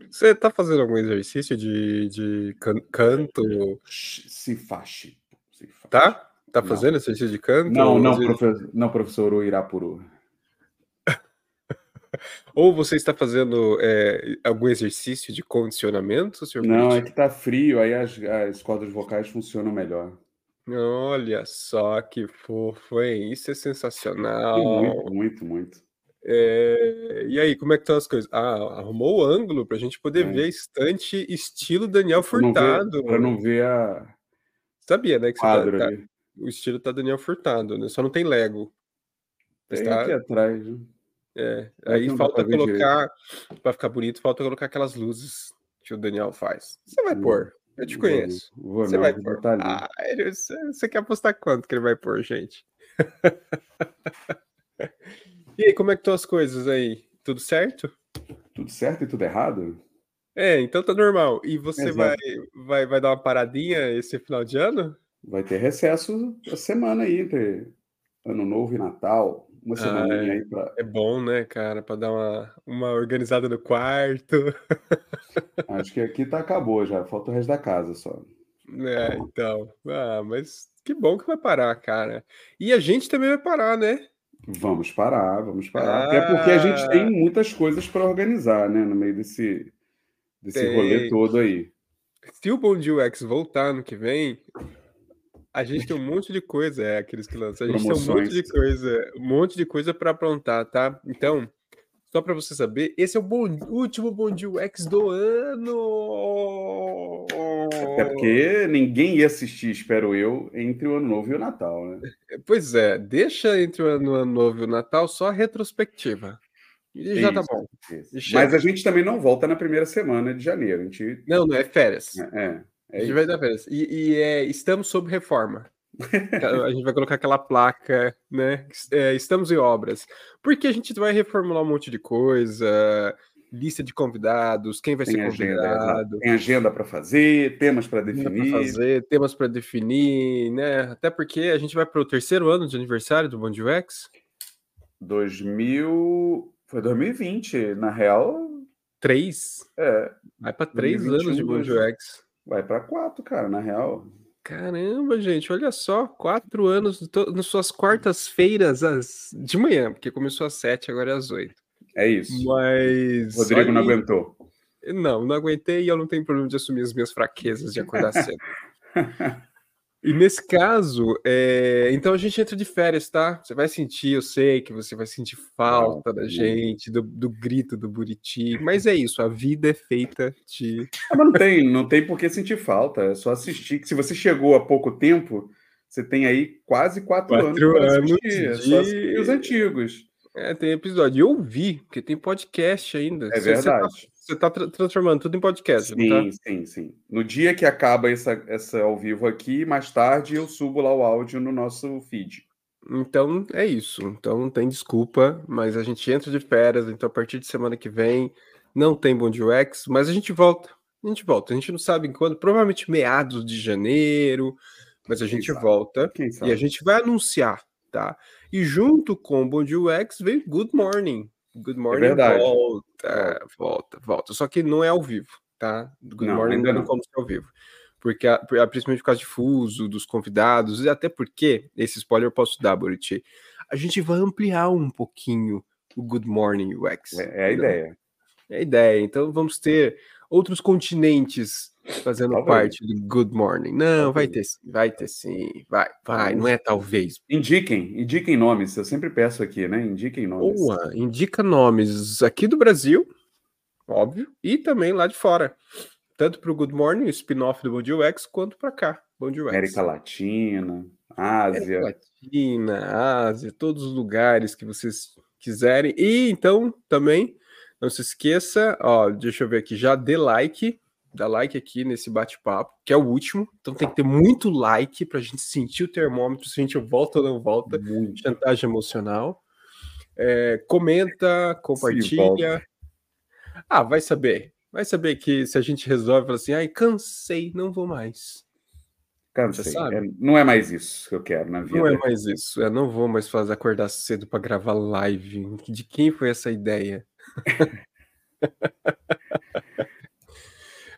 Você tá fazendo algum exercício de canto? Se faz. Tá? Tá Não. fazendo exercício de canto? Não, Às não, vezes... não, professor Uirapuru. Ou você está fazendo algum exercício de condicionamento, senhor Não, é Buriti? que tá frio, aí as cordas vocais funcionam melhor. Olha só que fofo, hein? Isso é E muito, sensacional. muito, muito. E aí, como é que estão as coisas? Ah, arrumou o ângulo para a gente poder ver a É. estante estilo Daniel Para não Furtado. ver a Sabia, né, que você quadro ali. o estilo tá Daniel Furtado, né? Só não tem Lego. Mas Tem aqui tá, atrás, né? É que aí não dá pra falta ver direito. colocar, para ficar bonito, falta colocar aquelas luzes que o Daniel faz. Você vai Não, pôr, eu te vou não, conheço. Você vai vou pôr. botar ali. Ah, você quer apostar quanto que ele vai pôr, gente? E aí, como é que estão as coisas aí? Tudo certo? Tudo certo e tudo errado? Então tá normal. E você vai, Exato. vai dar uma paradinha esse final de ano? Vai ter recesso a semana aí entre Ano Novo e Natal. Uma Ah, semaninha aí pra. é bom, né, cara, pra dar uma organizada no quarto. Acho que aqui tá acabou já, falta o resto da casa só. Então. Ah, mas que bom que vai parar, cara. E a gente também vai parar, né? Vamos parar, vamos parar. Até porque a gente tem Ah, muitas coisas para organizar, né, no meio desse rolê tem. todo aí. Se o Bom Dia UX voltar ano que vem, a gente tem um monte de coisa, aqueles que lançam. A gente tem Promoções. um monte de coisa para aprontar, tá? Então, só para você saber, esse é o último Bom Dia UX do ano. Até porque ninguém ia assistir, espero eu, entre o Ano Novo e o Natal, né? Pois é, deixa entre o ano novo e o Natal só a retrospectiva. E já tá Isso, bom. isso. E Mas a chega. gente também não volta na primeira semana de janeiro. A gente. Não, não é férias. A É gente vai isso. dar férias. Estamos sob reforma. A gente vai colocar aquela placa, né? Estamos em obras. Porque a gente vai reformular um monte de coisa, lista de convidados, quem vai ser Tem agenda, exato. convidado, Tem agenda para fazer, temas para agenda para definir. fazer, temas para definir, né? Até porque a gente vai para o terceiro ano de aniversário do Bom Dia UX. Foi 2020, na real, 3. é. Vai para 3 anos de 2021, Bom Dia UX. vai para 4, cara, na real. Caramba, gente, olha só, 4 anos, nas suas quartas-feiras de manhã, porque começou às 7, agora é às 8. É isso. Mas, Rodrigo olha, não aguentou. não aguentei e eu não tenho problema de assumir as minhas fraquezas de acordar cedo. E nesse caso, então a gente entra de férias, tá? Você vai sentir, eu sei que você vai sentir falta da gente, do grito do Buriti, mas é isso, a vida é feita de... Mas não tem por que sentir falta, é só assistir. Que se você chegou há pouco tempo, você tem aí quase 4 anos 4 para anos assistir. É só assistir os de... antigos. Tem episódio. E eu ouvi, porque tem podcast ainda. É verdade. Você tá transformando tudo em podcast, não tá? Sim, sim, sim. No dia que acaba essa ao vivo aqui, mais tarde eu subo lá o áudio no nosso feed. Então é isso. Então não tem desculpa, mas a gente entra de férias, então a partir de semana que vem não tem Bom Dia UX, mas a gente volta. A gente volta. A gente não sabe quando, provavelmente meados de janeiro, mas a Quem gente sabe? volta Quem e a sabe? gente vai anunciar, tá? E junto com o Bom Dia UX vem Good Morning. Good É Morning verdade. volta, volta, volta. Só que não é ao vivo, tá? Good Não, Morning não ainda tem não. como ser ao vivo. Porque, principalmente por causa de fuso, dos convidados, e até porque, esse spoiler eu posso dar, Buriti, a gente vai ampliar um pouquinho o Good Morning UX. É a ideia. É a ideia. Então vamos ter outros continentes fazendo Talvez. parte do Good Morning. Não, vai Talvez. ter sim, vai ter sim. Vai, não Mas é talvez. indiquem nomes. Eu sempre peço aqui, né? Indiquem nomes. Boa, indica nomes aqui do Brasil, óbvio, e também lá de fora. Tanto para o Good Morning, o spin-off do Bom Dia UX, quanto para cá, Bom Dia América UX. Latina, América Ásia. Latina, Ásia, todos os lugares que vocês quiserem. E então, também, não se esqueça, ó, deixa eu ver aqui, já dá like aqui nesse bate-papo, que é o último. Então tem que ter muito like pra gente sentir o termômetro, se a gente volta ou não volta. Muito. Chantagem emocional. Comenta, Se volta. compartilha. Vai saber. Vai saber que se a gente resolve, fala assim, ai, cansei, não vou mais. Você Cansei. sabe? Não é mais isso que eu quero na Não é vida. mais isso. Eu não vou mais fazer acordar cedo para gravar live. De quem foi essa ideia?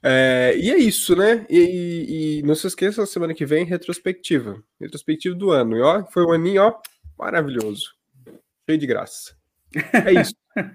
E é isso, né? E não se esqueça, semana que vem, retrospectiva. Retrospectiva do ano. E ó, foi um aninho, ó, maravilhoso. Cheio de graça. É isso.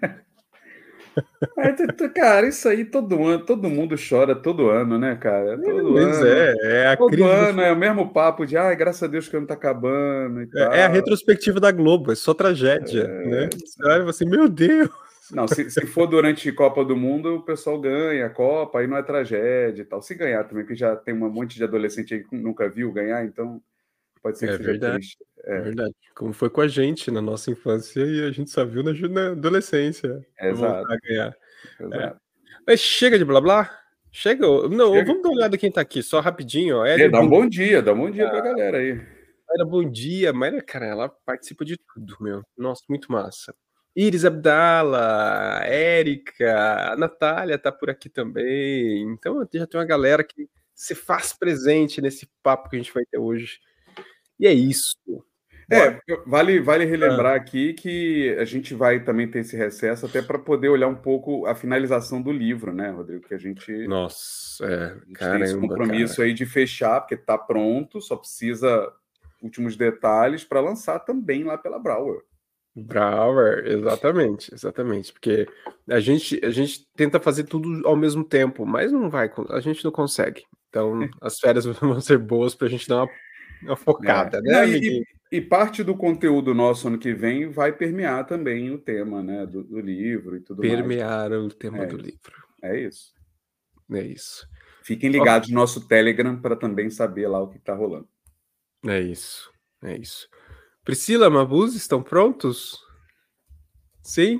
Cara, isso aí todo ano, todo mundo chora todo ano, né, cara? Todo Pois ano. é a Todo crise do ano é o mesmo papo de, ai, graças a Deus que o ano tá acabando e É a tal. retrospectiva da Globo, é só tragédia, né? Você olha e assim, meu Deus! Não, se for durante Copa do Mundo, o pessoal ganha a Copa, aí não é tragédia e tal. Se ganhar também, porque já tem um monte de adolescente aí que nunca viu ganhar, então pode ser que É seja verdade, triste. é verdade. Como foi com a gente na nossa infância e a gente só viu na adolescência voltar Exato, a ganhar. É. exato. Mas chega de blá blá. Chega. Não, Chega. vamos dar uma olhada quem tá aqui, só rapidinho. Ó. Ellen Dá um bom dia pra galera aí. Mayra, bom dia. Mayra, cara, ela participa de tudo, meu. Nossa, muito massa. Iris Abdala, Érica, a Natália tá por aqui também. Então já tem uma galera que se faz presente nesse papo que a gente vai ter hoje. E é isso. Bora. Vale relembrar aqui que a gente vai também ter esse recesso até para poder olhar um pouco a finalização do livro, né, Rodrigo? Que a gente Nossa, tem esse caramba, compromisso cara. aí de fechar, porque está pronto, só precisa últimos detalhes para lançar também lá pela Brauer. Brower, exatamente, porque a gente tenta fazer tudo ao mesmo tempo, mas não vai, a gente não consegue. Então, as férias vão ser boas pra gente dar uma focada, né, Não, amiguinho? e parte do conteúdo nosso ano que vem vai permear também o tema, né, do livro e tudo mais. Permearam o tema É do isso. livro. É isso. É isso. Fiquem Ó, ligados no nosso Telegram para também saber lá o que está rolando. é isso. É isso. Priscila, Mabuse, estão prontos? Sim?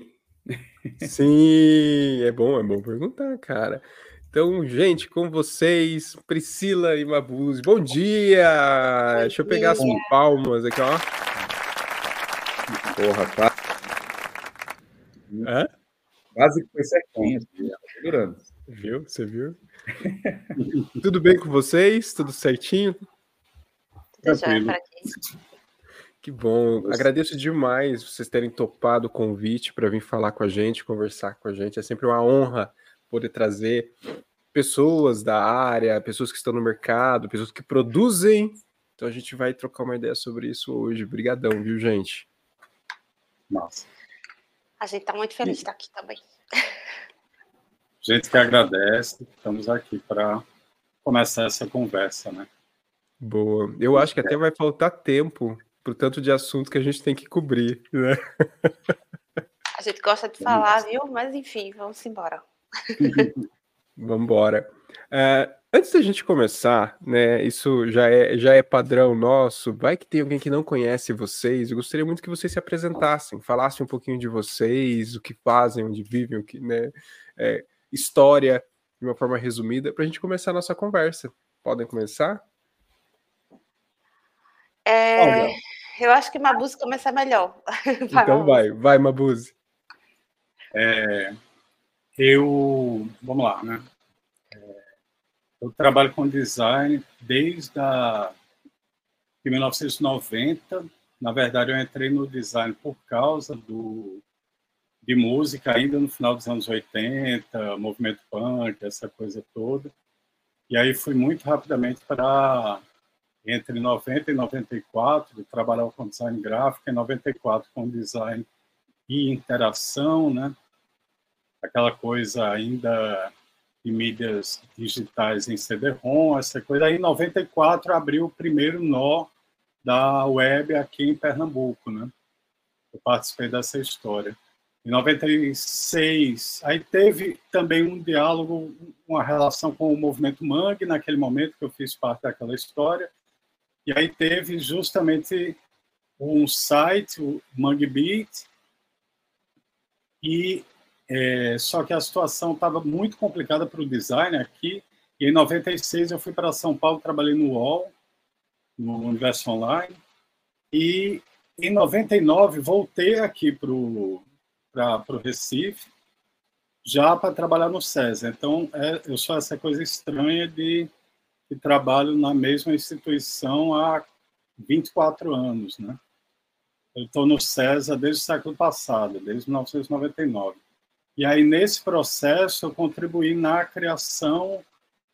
Sim, é bom perguntar, cara. Então, gente, com vocês, Priscila e Mabuse, bom dia! Deixa eu pegar as dia. palmas aqui, ó. Porra, tá. Hã? Quase que foi certinho. Segurando. Viu? Você viu? Tudo bem com vocês? Tudo certinho? Tudo jóia por aqui. Que bom. Agradeço demais vocês terem topado o convite para vir falar com a gente, conversar com a gente. É sempre uma honra poder trazer pessoas da área, pessoas que estão no mercado, pessoas que produzem. Então a gente vai trocar uma ideia sobre isso hoje. Obrigadão, viu, gente? Nossa. A gente está muito feliz de estar aqui também. Gente que agradece, estamos aqui para começar essa conversa, né? Boa. Eu acho que até vai faltar tempo pro tanto de assunto que a gente tem que cobrir, né? A gente gosta de falar, viu? Mas enfim, vamos embora. Vamos embora. Antes da gente começar, né? Isso já é padrão nosso. Vai que tem alguém que não conhece vocês. Eu gostaria muito que vocês se apresentassem, falassem um pouquinho de vocês, o que fazem, onde vivem, o que, né? História, de uma forma resumida, para a gente começar a nossa conversa. Podem começar? Eu acho que Mabuse começa melhor. Então vai, Mabuse. Vamos lá, né? Eu trabalho com design desde de 1990. Na verdade, eu entrei no design por causa de música, ainda no final dos anos 80, movimento punk, essa coisa toda. E aí fui muito rapidamente para, entre 90 e 94, trabalhar com design gráfico, em 94 com design e interação, né? Aquela coisa ainda de mídias digitais em CD-ROM, essa coisa. Aí, em 94, abriu o primeiro nó da web aqui em Pernambuco, né? Eu participei dessa história. Em 96, aí teve também um diálogo, uma relação com o movimento Mangue, naquele momento que eu fiz parte daquela história. E aí teve justamente um site, o Mangue Beat, e só que a situação estava muito complicada para o design aqui. E em 96 eu fui para São Paulo, trabalhei no UOL, no Universo Online. E em 99 voltei aqui para o Recife, já para trabalhar no SESI. Então eu sou essa coisa estranha de trabalho na mesma instituição há 24 anos, né? Eu estou no SESA desde o século passado, desde 1999. E aí, nesse processo, eu contribuí na criação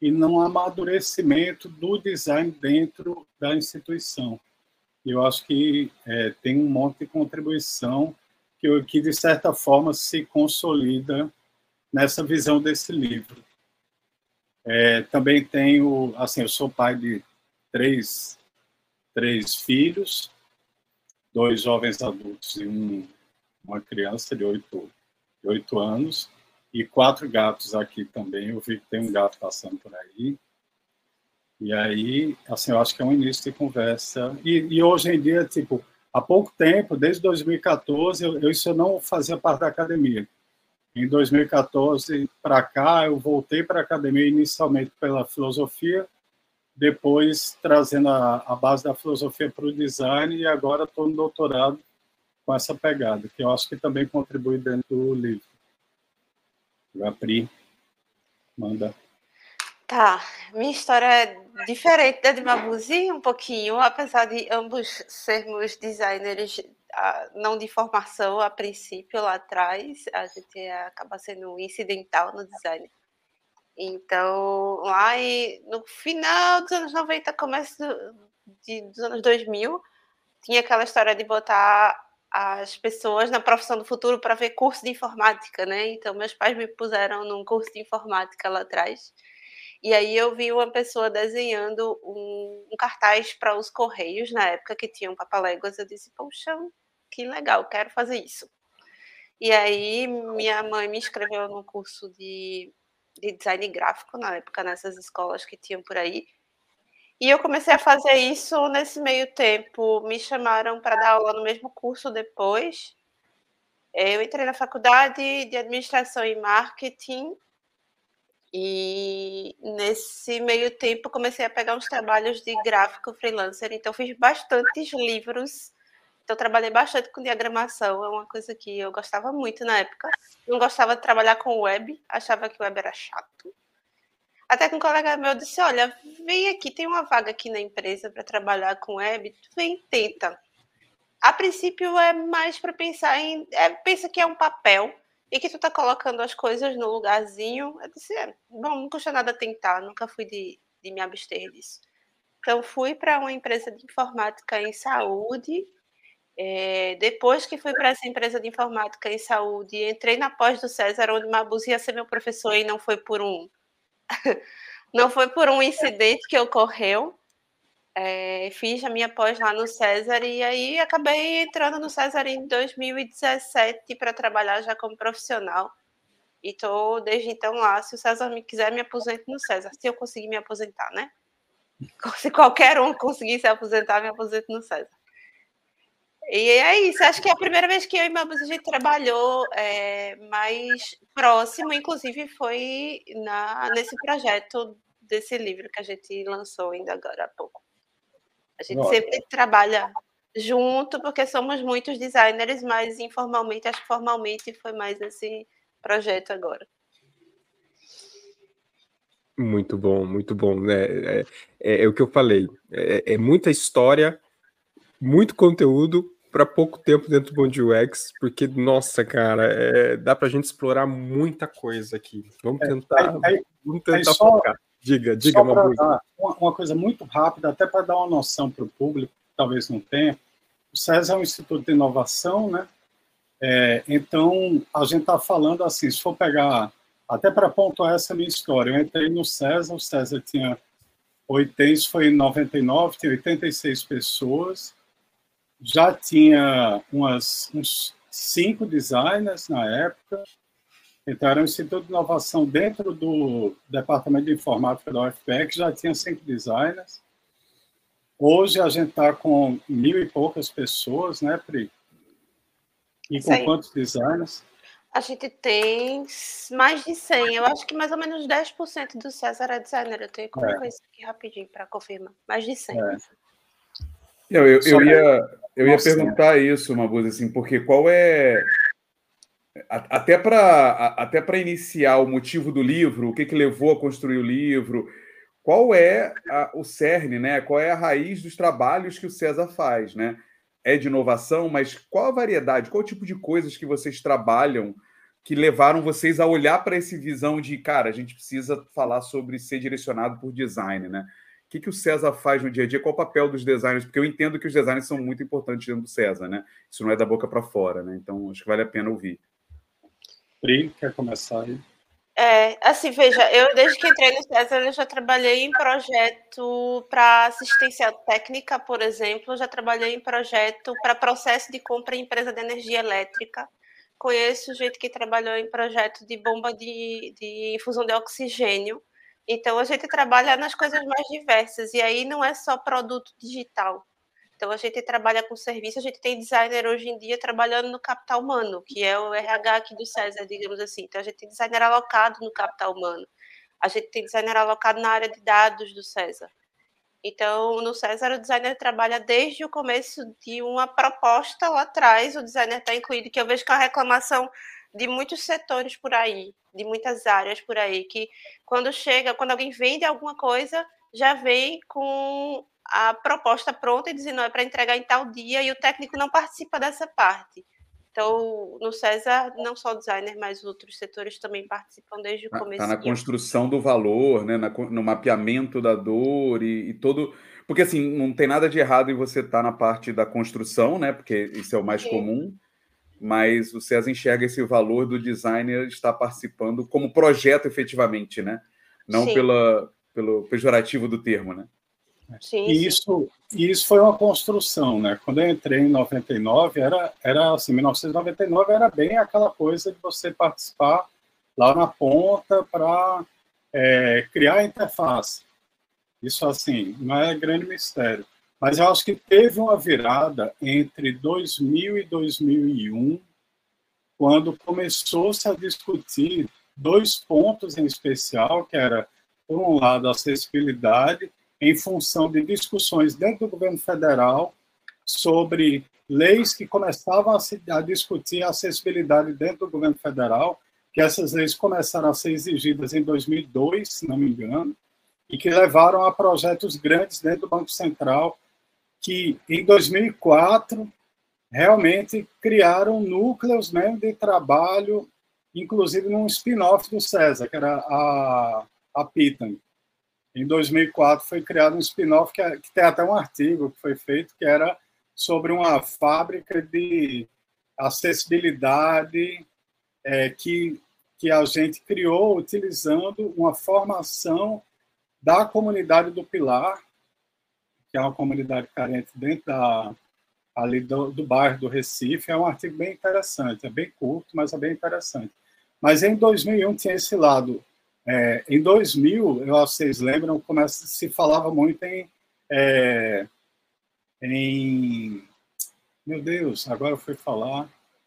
e no amadurecimento do design dentro da instituição. E eu acho que tem um monte de contribuição que, de certa forma, se consolida nessa visão desse livro. Também tenho, assim, eu sou pai de três filhos, 2 jovens adultos e uma criança de 8 anos, e 4 gatos aqui também. Eu vi que tem um gato passando por aí. E aí, assim, eu acho que é um início de conversa. E hoje em dia, tipo, há pouco tempo, desde 2014, eu não fazia parte da academia. Em 2014 para cá, eu voltei para a academia inicialmente pela filosofia, depois trazendo a base da filosofia para o design, e agora estou no doutorado com essa pegada, que eu acho que também contribui dentro do livro. Pri, manda. Tá, minha história é diferente da de Mabuse, um pouquinho, apesar de ambos sermos designers não de formação a princípio lá atrás, a gente acaba sendo incidental no design. Então, lá no final dos anos 90, começo dos anos 2000, tinha aquela história de botar as pessoas na profissão do futuro para ver curso de informática, né? Então, meus pais me puseram num curso de informática lá atrás. E aí eu vi uma pessoa desenhando um cartaz para os Correios, na época que tinham papaléguas. Eu disse, poxa, que legal, quero fazer isso. E aí minha mãe me inscreveu no curso de design gráfico, na época, nessas escolas que tinham por aí. E eu comecei a fazer isso nesse meio tempo. Me chamaram para dar aula no mesmo curso depois. Eu entrei na faculdade de administração e marketing. E nesse meio tempo comecei a pegar uns trabalhos de gráfico freelancer, então fiz bastantes livros, então trabalhei bastante com diagramação, é uma coisa que eu gostava muito na época. Não gostava de trabalhar com web, achava que o web era chato. Até que um colega meu disse, olha, vem aqui, tem uma vaga aqui na empresa para trabalhar com web, vem, tenta. A princípio é mais para pensar pensa que é um papel, e que tu tá colocando as coisas no lugarzinho. Eu disse, bom, não custa nada tentar, nunca fui de me abster disso. Então, fui para uma empresa de informática em saúde. Depois que fui para essa empresa de informática em saúde, entrei na pós do César, onde Mabuse ia ser meu professor, e não foi por um incidente que ocorreu. Fiz a minha pós lá no César, e aí acabei entrando no César em 2017 para trabalhar já como profissional, e estou desde então lá. Se o César me quiser, me aposento no César, se eu conseguir me aposentar, né? Se qualquer um conseguir se aposentar, me aposento no César. E é isso, acho que é a primeira vez que eu e Mabuse a gente trabalhou mais próximo, inclusive foi nesse projeto desse livro que a gente lançou ainda agora há pouco. A gente sempre trabalha junto, porque somos muitos designers, mas informalmente, acho que formalmente foi mais esse projeto agora. Muito bom, né? É o que eu falei, é muita história, muito conteúdo para pouco tempo dentro do Bom UX, porque, nossa, cara, dá para a gente explorar muita coisa aqui. Vamos tentar focar. Diga, uma coisa muito rápida, até para dar uma noção para o público, talvez não tenha. O César é um instituto de inovação, né? Então, a gente está falando assim, se for pegar, até para pontuar essa minha história, eu entrei no César, o César tinha isso foi em 99, tinha 86 pessoas, já tinha uns 5 designers na época. Então, era um instituto de inovação dentro do Departamento de Informática da UFPE, que já tinha 5 designers. Hoje, a gente está com 1.000 e poucas pessoas, né, Pri? E com quantos designers? A gente tem mais de 100. Eu acho que mais ou menos 10% do César é designer. Eu tenho que ver isso aqui rapidinho para confirmar. Mais de 100. Eu ia perguntar isso, Mabuse, assim, porque qual é... Até para iniciar o motivo do livro, o que levou a construir o livro, qual é o cerne, né? Qual é a raiz dos trabalhos que o César faz, né? É de inovação, mas qual a variedade, qual o tipo de coisas que vocês trabalham que levaram vocês a olhar para essa visão de, cara, a gente precisa falar sobre ser direcionado por design, né? O que o César faz no dia a dia? Qual o papel dos designers? Porque eu entendo que os designers são muito importantes dentro do César, né? Isso não é da boca para fora, né? Então, acho que vale a pena ouvir. Pri, quer começar aí? Assim, veja, eu desde que entrei no César, eu já trabalhei em projeto para assistência técnica, por exemplo, já trabalhei em projeto para processo de compra em empresa de energia elétrica. Conheço gente que trabalhou em projeto de bomba de infusão de oxigênio. Então, a gente trabalha nas coisas mais diversas, e aí não é só produto digital. Então, a gente trabalha com serviço, a gente tem designer hoje em dia trabalhando no capital humano, que é o RH aqui do César, digamos assim. Então, a gente tem designer alocado no capital humano. A gente tem designer alocado na área de dados do César. Então, no César, o designer trabalha desde o começo de uma proposta lá atrás, o designer está incluído, que eu vejo que é uma reclamação de muitos setores por aí, de muitas áreas por aí, que quando alguém vende alguma coisa, já vem com a proposta pronta e dizendo, não, é para entregar em tal dia, e o técnico não participa dessa parte. Então, no César, não só o designer, mas outros setores também participam desde o começo. Está na construção do valor, né? No mapeamento da dor e todo... Porque, assim, não tem nada de errado em você estar na parte da construção, né? Porque isso é o mais comum, mas o César enxerga esse valor do designer estar participando como projeto, efetivamente, né? Não pelo pejorativo do termo, né? E isso foi uma construção, né? Quando eu entrei em 99, era assim, 1999 era bem aquela coisa de você participar lá na ponta para criar a interface. Isso, assim, não é grande mistério. Mas eu acho que teve uma virada entre 2000 e 2001, quando começou-se a discutir dois pontos em especial, que era, por um lado, a acessibilidade, em função de discussões dentro do governo federal sobre leis que começavam a discutir a acessibilidade dentro do governo federal, que essas leis começaram a ser exigidas em 2002, se não me engano, e que levaram a projetos grandes dentro do Banco Central, que em 2004 realmente criaram núcleos mesmo de trabalho, inclusive num spin-off do César, que era a Pitan. Em 2004 foi criado um spin-off que tem até um artigo que foi feito, que era sobre uma fábrica de acessibilidade que a gente criou utilizando uma formação da comunidade do Pilar, que é uma comunidade carente dentro ali do bairro do Recife. É um artigo bem interessante, é bem curto, mas é bem interessante. Mas em 2001 tinha esse lado. Em 2000, vocês lembram, se falava muito em... Meu Deus, agora eu fui falar...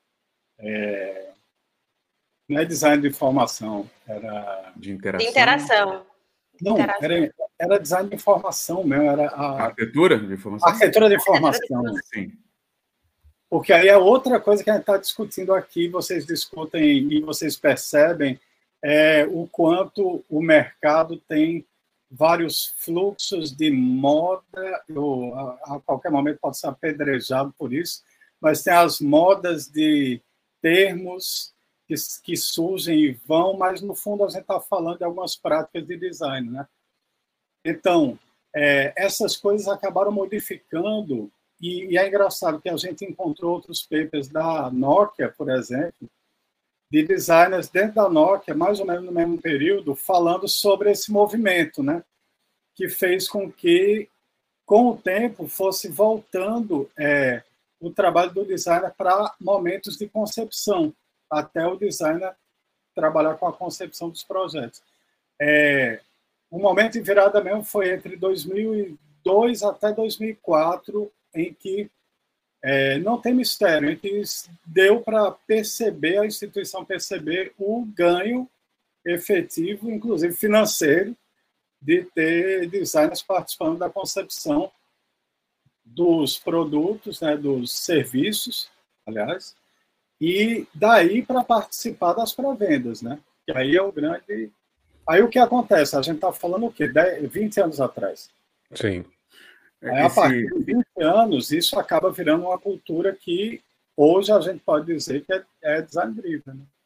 não é design de informação, era... De interação. De interação. Não, era design de informação mesmo, era a... Arquitetura de informação? Arquitetura de informação. Sim. Porque aí é outra coisa que a gente está discutindo aqui, vocês discutem e vocês percebem o quanto o mercado tem vários fluxos de moda, a qualquer momento pode ser apedrejado por isso, mas tem as modas de termos que surgem e vão, mas no fundo a gente está falando de algumas práticas de design, né? Então, essas coisas acabaram modificando, e é engraçado que a gente encontrou outros papers da Nokia, por exemplo, de designers dentro da Nokia, mais ou menos no mesmo período, falando sobre esse movimento, né? Que fez com que, com o tempo, fosse voltando o trabalho do designer para momentos de concepção, até o designer trabalhar com a concepção dos projetos. O momento de virada mesmo foi entre 2002 até 2004, em que não tem mistério, em que deu para perceber, a instituição perceber o ganho efetivo, inclusive financeiro, de ter designers participando da concepção dos produtos, né, dos serviços, aliás, e daí para participar das pré-vendas, né? Que aí é o grande... Aí o que acontece? A gente está falando o quê? 20 anos atrás. Sim. Aí, a partir de 20 anos, isso acaba virando uma cultura que hoje a gente pode dizer que é design driven, né?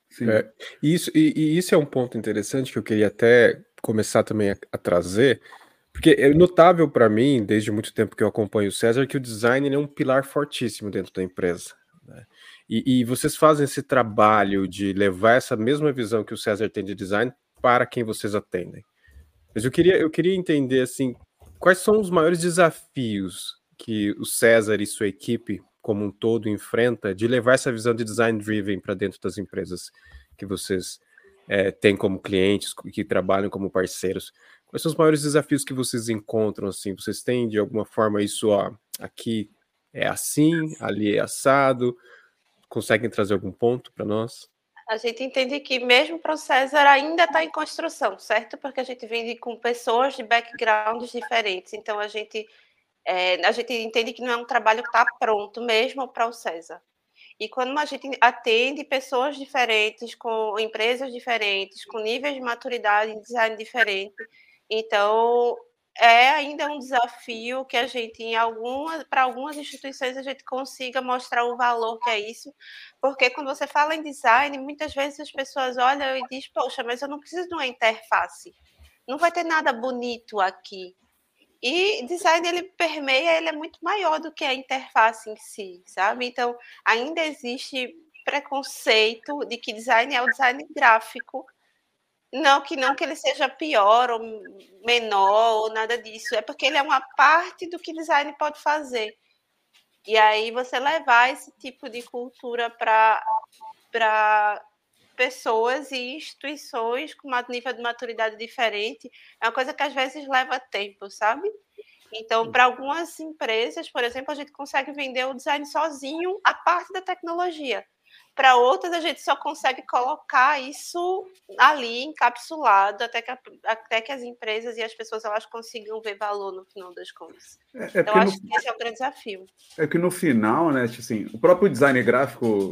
Isso é um ponto interessante que eu queria até começar também a trazer, porque é notável para mim, desde muito tempo que eu acompanho o César, que o design é um pilar fortíssimo dentro da empresa, né? E vocês fazem esse trabalho de levar essa mesma visão que o César tem de design para quem vocês atendem. Mas eu queria entender, assim, quais são os maiores desafios que o César e sua equipe como um todo enfrenta de levar essa visão de design driven para dentro das empresas que vocês têm como clientes, que trabalham como parceiros. Quais são os maiores desafios que vocês encontram, assim? Vocês têm, de alguma forma, isso, ó, aqui é assim, ali é assado? Conseguem trazer algum ponto para nós? A gente entende que mesmo para o César ainda está em construção, certo? Porque a gente vem com pessoas de backgrounds diferentes. Então, a gente entende que não é um trabalho que está pronto mesmo para o César. E quando a gente atende pessoas diferentes, com empresas diferentes, com níveis de maturidade em design diferente, então é ainda um desafio que a gente, para algumas instituições, a gente consiga mostrar o valor que é isso, porque quando você fala em design, muitas vezes as pessoas olham e dizem, poxa, mas eu não preciso de uma interface, não vai ter nada bonito aqui. E design, ele permeia, ele é muito maior do que a interface em si, sabe? Então, ainda existe preconceito de que design é o design gráfico. Não que ele seja pior ou menor ou nada disso. É porque ele é uma parte do que design pode fazer. E aí você levar esse tipo de cultura para pessoas e instituições com um nível de maturidade diferente, é uma coisa que às vezes leva tempo, sabe? Então, para algumas empresas, por exemplo, a gente consegue vender o design sozinho, a parte da tecnologia. Para outras, a gente só consegue colocar isso ali, encapsulado, até que as empresas e as pessoas elas consigam ver valor no final das contas. Então, acho que esse é o grande desafio. É que no final, né, tipo assim, o próprio design gráfico,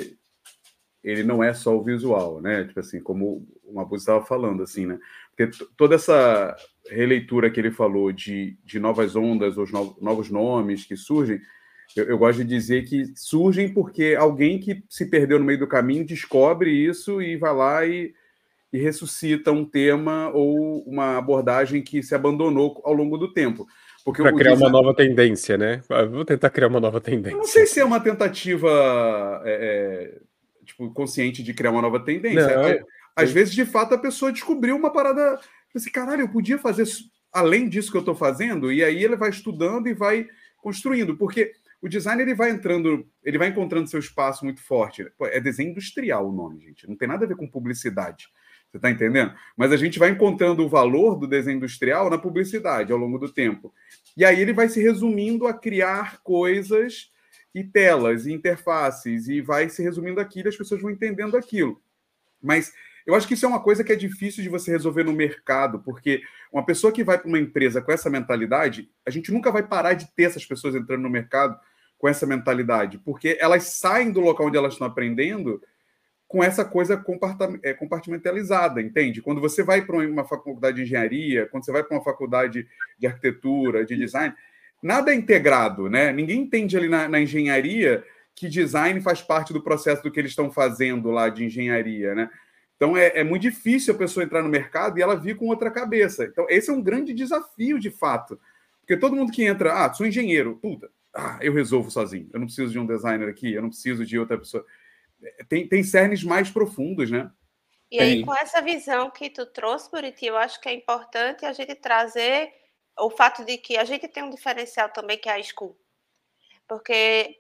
ele não é só o visual, né? Tipo assim, como o Mabuse estava falando, assim, né? Porque toda essa releitura que ele falou de novas ondas, os novos nomes que surgem, eu gosto de dizer que surgem porque alguém que se perdeu no meio do caminho descobre isso e vai lá e ressuscita um tema ou uma abordagem que se abandonou ao longo do tempo. Para criar uma nova tendência, né? Vou tentar criar uma nova tendência. Eu não sei se é uma tentativa tipo, consciente de criar uma nova tendência. Não, às vezes, de fato, a pessoa descobriu uma parada. Assim, caralho, eu podia fazer além disso que eu estou fazendo, e aí ele vai estudando e vai construindo, porque o design ele vai encontrando seu espaço muito forte. Pô, é desenho industrial o nome, gente. Não tem nada a ver com publicidade. Você está entendendo? Mas a gente vai encontrando o valor do desenho industrial na publicidade ao longo do tempo. E aí ele vai se resumindo a criar coisas e telas e interfaces, e vai se resumindo aquilo, e as pessoas vão entendendo aquilo. Mas eu acho que isso é uma coisa que é difícil de você resolver no mercado, porque uma pessoa que vai para uma empresa com essa mentalidade, a gente nunca vai parar de ter essas pessoas entrando no mercado com essa mentalidade, porque elas saem do local onde elas estão aprendendo com essa coisa compartimentalizada, entende? Quando você vai para uma faculdade de engenharia, quando você vai para uma faculdade de arquitetura, de design, nada é integrado, né? Ninguém entende ali na engenharia que design faz parte do processo do que eles estão fazendo lá de engenharia, né? Então, é muito difícil a pessoa entrar no mercado e ela vir com outra cabeça. Então, esse é um grande desafio, de fato. Porque todo mundo que entra, sou engenheiro, puta, eu resolvo sozinho. Eu não preciso de um designer aqui, eu não preciso de outra pessoa. Tem cernes mais profundos, né? E aí, com essa visão que tu trouxe, Buriti, eu acho que é importante a gente trazer o fato de que a gente tem um diferencial também, que é a School. Porque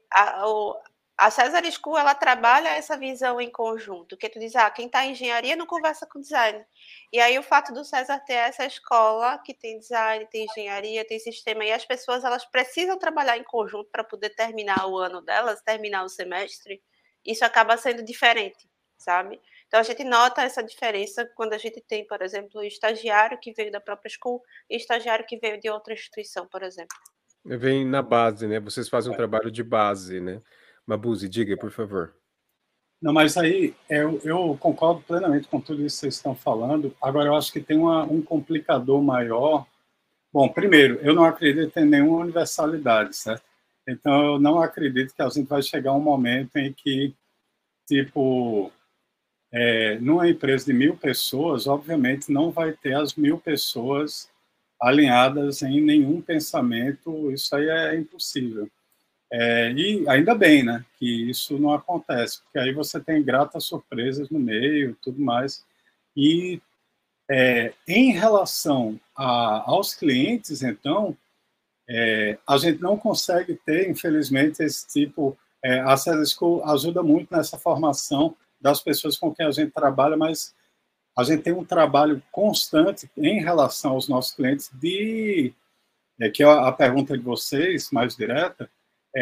a César School, ela trabalha essa visão em conjunto, que tu diz, quem está em engenharia não conversa com design. E aí o fato do César ter essa escola que tem design, tem engenharia, tem sistema, e as pessoas elas precisam trabalhar em conjunto para poder terminar o ano delas, terminar o semestre, isso acaba sendo diferente, sabe? Então a gente nota essa diferença quando a gente tem, por exemplo, o estagiário que veio da própria School e o estagiário que veio de outra instituição, por exemplo. Vem na base, né? Vocês fazem um trabalho de base, né? Mabuse, diga, por favor. Não, mas aí eu concordo plenamente com tudo isso que vocês estão falando. Agora, eu acho que tem um complicador maior. Bom, primeiro, eu não acredito em nenhuma universalidade, certo? Então, eu não acredito que a gente vai chegar a um momento em que, tipo, numa empresa de 1.000 pessoas, obviamente não vai ter as 1.000 pessoas alinhadas em nenhum pensamento, isso aí é impossível. E ainda bem, né, que isso não acontece, porque aí você tem gratas surpresas no meio, tudo mais. E em relação aos clientes, então, a gente não consegue ter, infelizmente, esse tipo... a César School ajuda muito nessa formação das pessoas com quem a gente trabalha, mas a gente tem um trabalho constante em relação aos nossos clientes que é a pergunta de vocês, mais direta,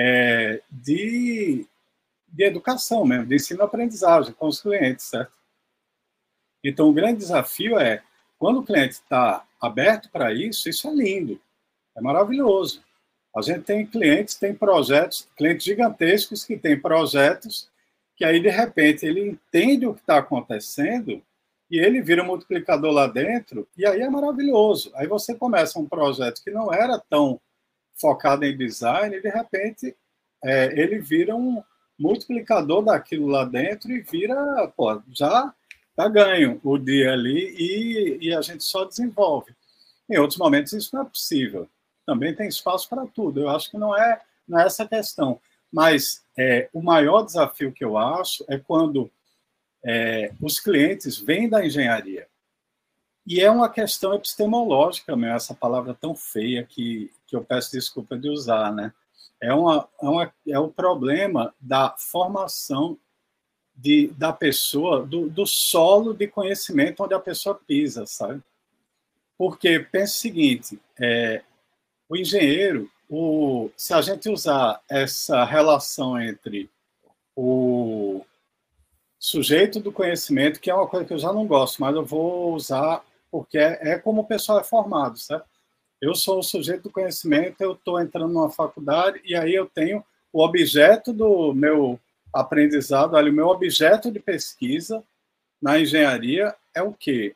de educação mesmo, de ensino-aprendizagem com os clientes, certo? Então, o grande desafio é, quando o cliente está aberto para isso, isso é lindo, é maravilhoso. A gente tem clientes, tem projetos, clientes gigantescos que têm projetos que aí, de repente, ele entende o que está acontecendo e ele vira um multiplicador lá dentro, e aí é maravilhoso. Aí você começa um projeto que não era tão focado em design, e de repente ele vira um multiplicador daquilo lá dentro e vira, pô, já tá ganho o dia ali e a gente só desenvolve. Em outros momentos isso não é possível. Também tem espaço para tudo. Eu acho que não é essa a questão. Mas o maior desafio que eu acho é quando os clientes vêm da engenharia. E é uma questão epistemológica, mesmo, essa palavra tão feia que eu peço desculpa de usar, né? É o problema da formação da pessoa, do solo de conhecimento onde a pessoa pisa, sabe? Porque, pense o seguinte, o engenheiro, se a gente usar essa relação entre o sujeito do conhecimento, que é uma coisa que eu já não gosto, mas eu vou usar porque como o pessoal é formado, certo? Eu sou o sujeito do conhecimento, eu estou entrando numa faculdade e aí eu tenho o objeto do meu aprendizado, ali, o meu objeto de pesquisa na engenharia é o quê?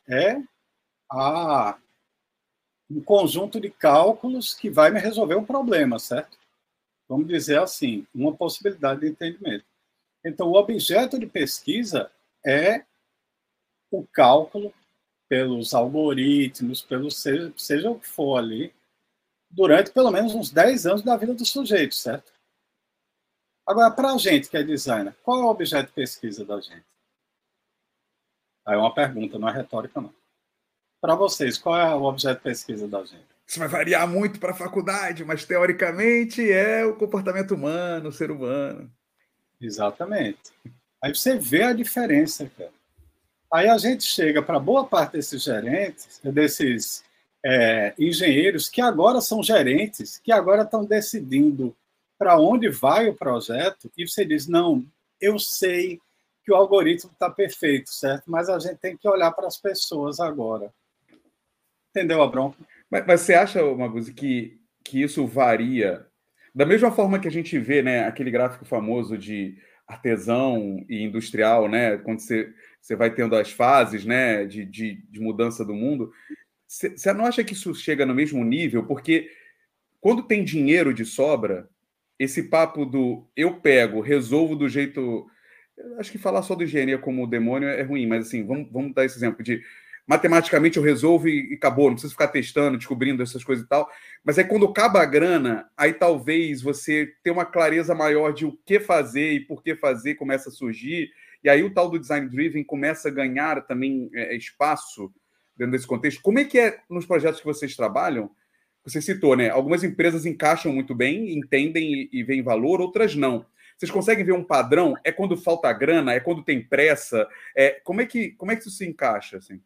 Um conjunto de cálculos que vai me resolver um problema, certo? Vamos dizer assim, uma possibilidade de entendimento. Então, o objeto de pesquisa é o cálculo pelos algoritmos, seja o que for ali, durante pelo menos uns 10 anos da vida do sujeito, certo? Agora, para a gente que é designer, qual é o objeto de pesquisa da gente? Aí é uma pergunta, não é retórica, não. Para vocês, qual é o objeto de pesquisa da gente? Isso vai variar muito para a faculdade, mas teoricamente é o comportamento humano, o ser humano. Exatamente. Aí você vê a diferença, cara. Aí a gente chega para boa parte desses gerentes, desses engenheiros que agora são gerentes, que agora estão decidindo para onde vai o projeto, e você diz, não, eu sei que o algoritmo está perfeito, certo? Mas a gente tem que olhar para as pessoas agora. Entendeu a bronca? Mas você acha, Mabuse, que isso varia? Da mesma forma que a gente vê, né, aquele gráfico famoso de artesão e industrial, né, quando você vai tendo as fases, né, de mudança do mundo, você não acha que isso chega no mesmo nível? Porque quando tem dinheiro de sobra, esse papo do eu pego, resolvo do jeito... Acho que falar só do engenharia como demônio é ruim, mas assim, vamos dar esse exemplo de matematicamente eu resolvo e acabou, não preciso ficar testando, descobrindo essas coisas e tal. Mas aí quando acaba a grana, aí talvez você tenha uma clareza maior de o que fazer e por que fazer começa a surgir, e aí o tal do design driven começa a ganhar também espaço dentro desse contexto. Como é que é nos projetos que vocês trabalham? Você citou, né? Algumas empresas encaixam muito bem, entendem e veem valor, outras não. Vocês conseguem ver um padrão? É quando falta grana? É quando tem pressa? Como é que isso se encaixa, assim?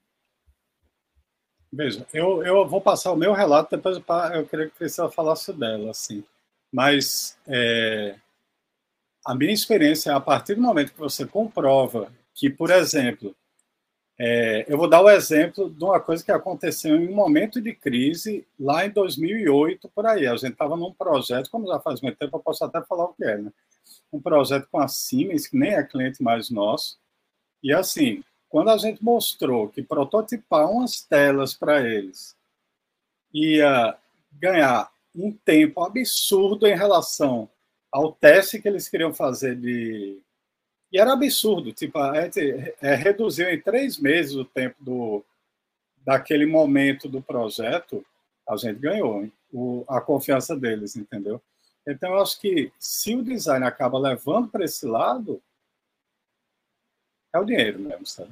Veja, eu vou passar o meu relato, depois eu queria que a Priscila falasse dela, assim. Mas a minha experiência é a partir do momento que você comprova que, por exemplo, eu vou dar o exemplo de uma coisa que aconteceu em um momento de crise lá em 2008, por aí. A gente estava num projeto, como já faz muito tempo, eu posso até falar o que é, né? Um projeto com a Siemens, que nem é cliente mais nosso, e assim, quando a gente mostrou que prototipar umas telas para eles ia ganhar um tempo absurdo em relação ao teste que eles queriam fazer E era absurdo, tipo, a gente reduziu em 3 meses o tempo daquele momento do projeto, a gente ganhou a confiança deles, entendeu? Então, eu acho que se o design acaba levando para esse lado, é o dinheiro mesmo, sabe?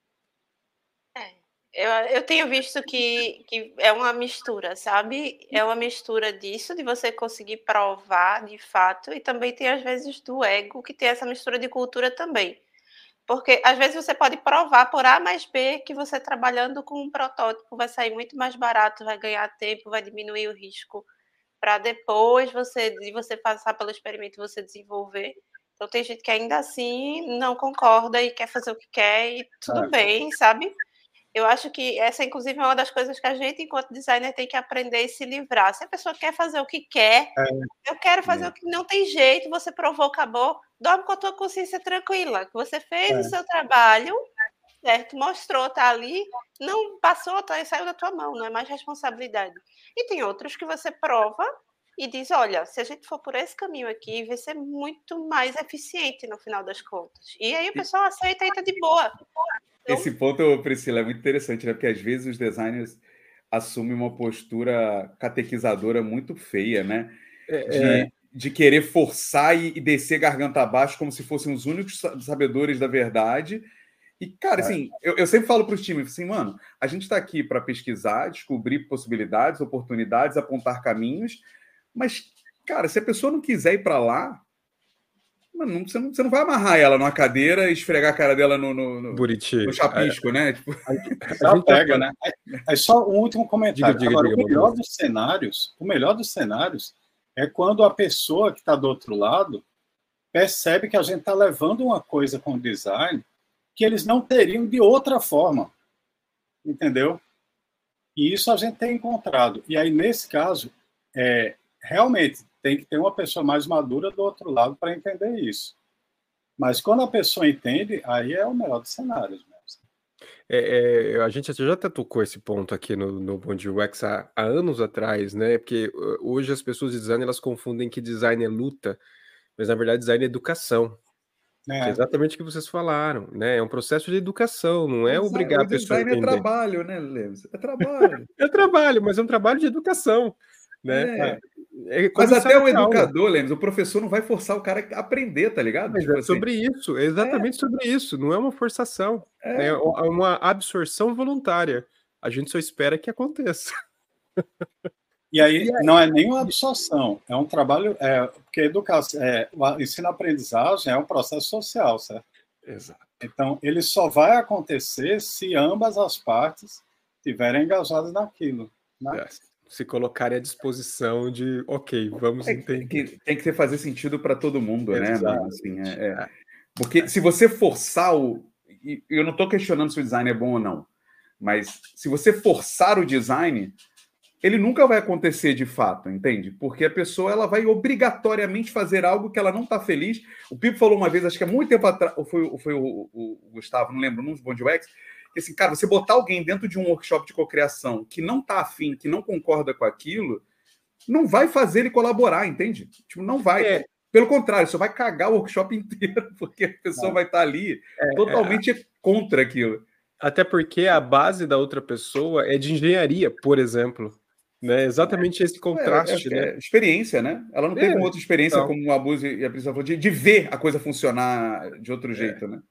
Eu tenho visto que é uma mistura, sabe? É uma mistura disso, de você conseguir provar de fato, e também tem, às vezes, do ego, que tem essa mistura de cultura também. Porque, às vezes, você pode provar por A mais B que você trabalhando com um protótipo vai sair muito mais barato, vai ganhar tempo, vai diminuir o risco, para depois de você passar pelo experimento você desenvolver. Então, tem gente que ainda assim não concorda e quer fazer o que quer, e tudo bem, sabe? Eu acho que essa, inclusive, é uma das coisas que a gente, enquanto designer, tem que aprender e se livrar. Se a pessoa quer fazer o que quer, eu quero fazer o que não tem jeito, você provou, acabou, dorme com a tua consciência tranquila, que você fez o seu trabalho, certo? Mostrou, tá ali, não passou, tá, saiu da tua mão, não é mais responsabilidade. E tem outros que você prova e diz, olha, se a gente for por esse caminho aqui, vai ser muito mais eficiente no final das contas. E aí o pessoal aceita e tá de boa. Esse ponto, Priscila, é muito interessante, né? Porque às vezes os designers assumem uma postura catequizadora muito feia, né? De querer forçar e descer garganta abaixo como se fossem os únicos sabedores da verdade. E, cara, assim, eu sempre falo para os times, assim, mano, a gente está aqui para pesquisar, descobrir possibilidades, oportunidades, apontar caminhos, mas, cara, se a pessoa não quiser ir para lá, mano, você não vai amarrar ela numa cadeira e esfregar a cara dela no chapisco, né? Tipo... A gente pega, né? É só um último comentário. Diga, agora, o melhor dos cenários é quando a pessoa que está do outro lado percebe que a gente está levando uma coisa com o design que eles não teriam de outra forma, entendeu? E isso a gente tem encontrado. E aí, nesse caso, realmente tem que ter uma pessoa mais madura do outro lado para entender isso. Mas quando a pessoa entende, aí é o melhor dos cenários mesmo. A gente já até tocou esse ponto aqui no Bom Dia UX há anos atrás, né? Porque hoje as pessoas de design elas confundem que design é luta, mas na verdade design é educação. Que é exatamente o que vocês falaram, né? É um processo de educação, não é obrigar a pessoa a entender. O design é trabalho, né, Lemos? É trabalho. É trabalho, mas é um trabalho de educação, né? Mas até o educador, Lemos, o professor não vai forçar o cara a aprender, tá ligado? Mas tipo sobre isso, é exatamente sobre isso. Não é uma forçação, é uma absorção voluntária. A gente só espera que aconteça. E aí não é nenhuma absorção, é um trabalho, porque educação, o ensino-aprendizagem é um processo social, certo? Exato. Então, ele só vai acontecer se ambas as partes estiverem engajadas naquilo. Né? Se colocarem à disposição de, ok, vamos entender. Tem que fazer sentido para todo mundo, né, mano? Assim, Porque se você forçar eu não estou questionando se o design é bom ou não, mas se você forçar o design, ele nunca vai acontecer de fato, entende? Porque a pessoa ela vai obrigatoriamente fazer algo que ela não está feliz. O Pipo falou uma vez, acho que há muito tempo atrás, ou foi o Gustavo, não lembro, num dos Bom Dia UX, que assim, cara, você botar alguém dentro de um workshop de cocriação que não está afim, que não concorda com aquilo, não vai fazer ele colaborar, entende? Tipo, não vai. Pelo contrário, só vai cagar o workshop inteiro, porque a pessoa vai estar ali totalmente contra aquilo. Até porque a base da outra pessoa é de engenharia, por exemplo. Né? Exatamente esse contraste, né? Experiência, né? Ela não teve uma outra experiência, como o Abuso e a Priscila falou, de ver a coisa funcionar de outro jeito, né?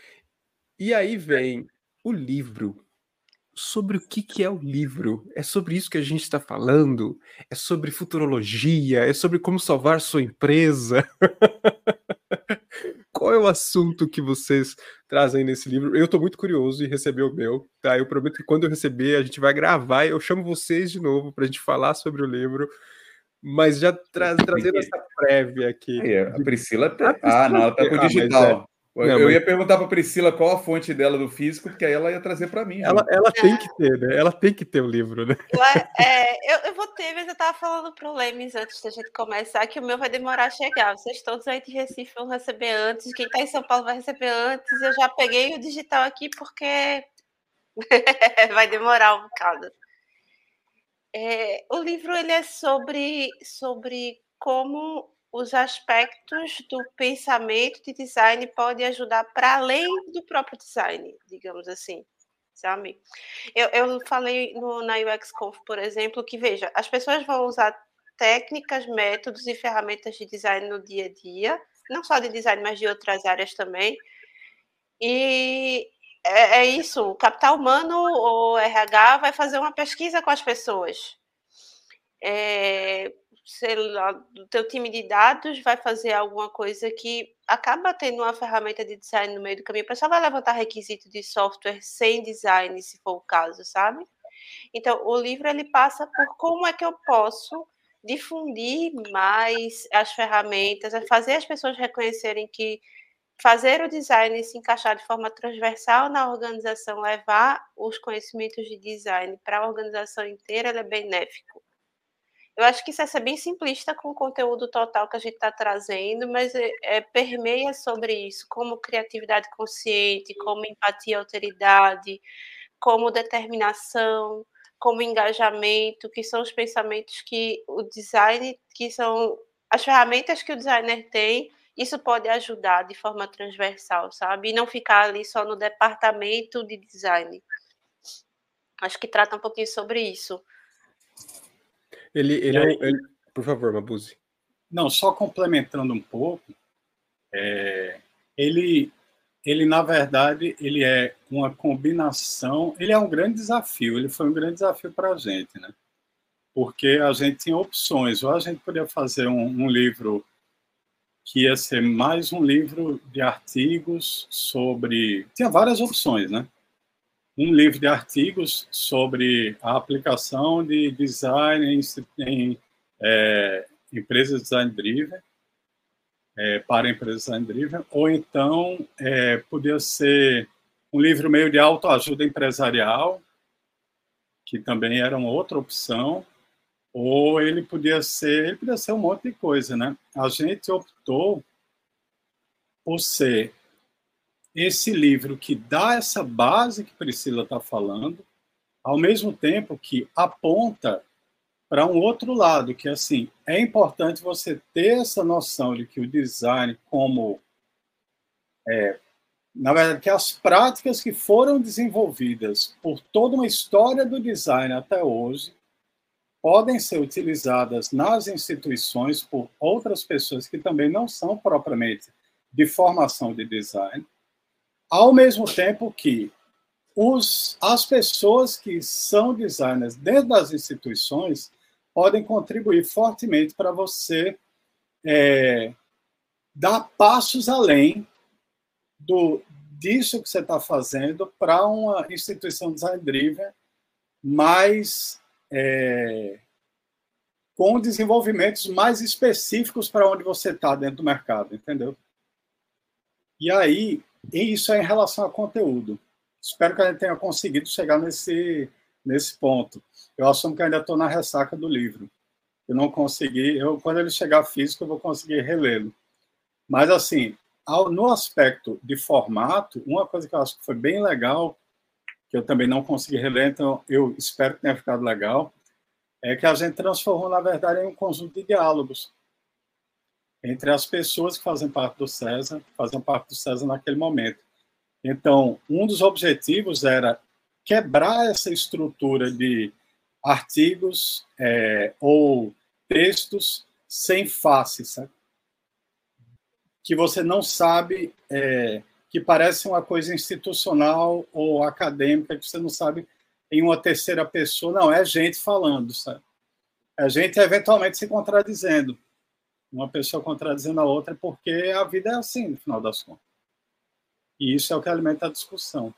E aí vem o livro. Sobre o que é o livro? É sobre isso que a gente está falando? É sobre futurologia? É sobre como salvar sua empresa? Qual é o assunto que vocês trazem nesse livro? Eu estou muito curioso em receber o meu, tá? Eu prometo que quando eu receber, a gente vai gravar e eu chamo vocês de novo para a gente falar sobre o livro, mas já trazendo essa prévia aqui. A Priscila tem. Não, ela tá com o digital. Eu ia perguntar para a Priscila qual a fonte dela do físico, porque aí ela ia trazer para mim. Ela tem que ter, né? Ela tem que ter o livro, né? Eu vou ter, mas eu estava falando para o Lemes antes da gente começar que o meu vai demorar a chegar. Vocês todos aí de Recife vão receber antes. Quem está em São Paulo vai receber antes. Eu já peguei o digital aqui porque vai demorar um bocado. O livro ele é sobre como os aspectos do pensamento de design podem ajudar para além do próprio design, digamos assim, sabe? Eu falei na UX Conf, por exemplo, que, veja, as pessoas vão usar técnicas, métodos e ferramentas de design no dia a dia, não só de design, mas de outras áreas também. E é isso, o capital humano ou RH vai fazer uma pesquisa com as pessoas. Sei lá, o teu time de dados vai fazer alguma coisa que acaba tendo uma ferramenta de design no meio do caminho. O pessoal vai levantar requisito de software sem design, se for o caso, sabe? Então, o livro ele passa por como é que eu posso difundir mais as ferramentas, fazer as pessoas reconhecerem que fazer o design se encaixar de forma transversal na organização, levar os conhecimentos de design para a organização inteira, ele é benéfico. Eu acho que isso é ser bem simplista com o conteúdo total que a gente está trazendo, mas permeia sobre isso, como criatividade consciente, como empatia e alteridade, como determinação, como engajamento, que são os pensamentos que o design, que são as ferramentas que o designer tem, isso pode ajudar de forma transversal, sabe? E não ficar ali só no departamento de design. Acho que trata um pouquinho sobre isso. Por favor, Mabuse. Não, só complementando um pouco, ele, na verdade, ele é uma combinação, ele é um grande desafio, ele foi um grande desafio para a gente, né? Porque a gente tinha opções, ou a gente podia fazer um livro que ia ser mais um livro de artigos sobre... Tinha várias opções, né? Um livro de artigos sobre a aplicação de design em empresas design-driven, para empresas design-driven, ou então podia ser um livro meio de autoajuda empresarial, que também era uma outra opção, ou ele podia ser um monte de coisa, né? A gente optou por ser esse livro que dá essa base que Priscila está falando, ao mesmo tempo que aponta para um outro lado, que assim, é importante você ter essa noção de que o design como... na verdade, que as práticas que foram desenvolvidas por toda uma história do design até hoje podem ser utilizadas nas instituições por outras pessoas que também não são propriamente de formação de design, ao mesmo tempo que as pessoas que são designers dentro das instituições podem contribuir fortemente para você dar passos além disso que você está fazendo para uma instituição design-driven mais com desenvolvimentos mais específicos para onde você está dentro do mercado, entendeu? E aí, isso é em relação a conteúdo. Espero que a gente tenha conseguido chegar nesse ponto. Eu assumo que ainda estou na ressaca do livro. Eu não consegui... quando ele chegar físico, eu vou conseguir relê-lo. Mas, assim, no aspecto de formato, uma coisa que eu acho que foi bem legal, que eu também não consegui reler, então eu espero que tenha ficado legal, é que a gente transformou, na verdade, em um conjunto de diálogos entre as pessoas que fazem parte do César, naquele momento. Então, um dos objetivos era quebrar essa estrutura de artigos ou textos sem face, sabe? Que você não sabe, que parece uma coisa institucional ou acadêmica, que você não sabe em uma terceira pessoa. Não, é gente falando, sabe? É gente eventualmente se contradizendo. Uma pessoa contradizendo a outra, porque a vida é assim, no final das contas. E isso é o que alimenta a discussão.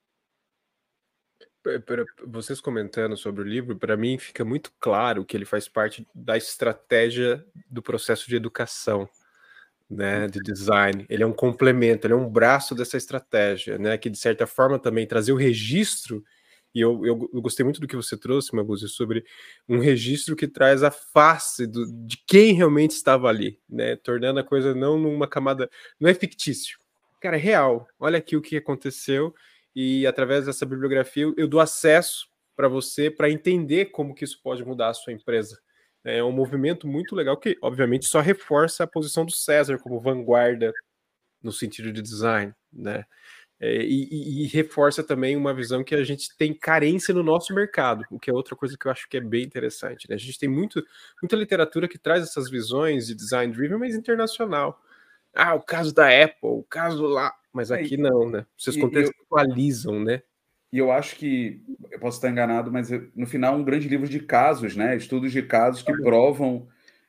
Vocês comentando sobre o livro, para mim fica muito claro que ele faz parte da estratégia do processo de educação, né, de design. Ele é um complemento, ele é um braço dessa estratégia, né, que de certa forma também trazer o registro. E eu gostei muito do que você trouxe, Mabuse, sobre um registro que traz a face de quem realmente estava ali, né? Tornando a coisa não numa camada... Não é fictício. Cara, é real. Olha aqui o que aconteceu e através dessa bibliografia eu dou acesso para você para entender como que isso pode mudar a sua empresa. É um movimento muito legal que, obviamente, só reforça a posição do César como vanguarda no sentido de design, né? E reforça também uma visão que a gente tem carência no nosso mercado, o que é outra coisa que eu acho que é bem interessante, né? A gente tem muita literatura que traz essas visões de design driven, mas internacional. Ah, o caso da Apple, o caso lá, mas aqui não, né? Vocês contextualizam, né? E eu acho que, eu posso estar enganado, mas no final um grande livro de casos, né? Estudos de casos que provam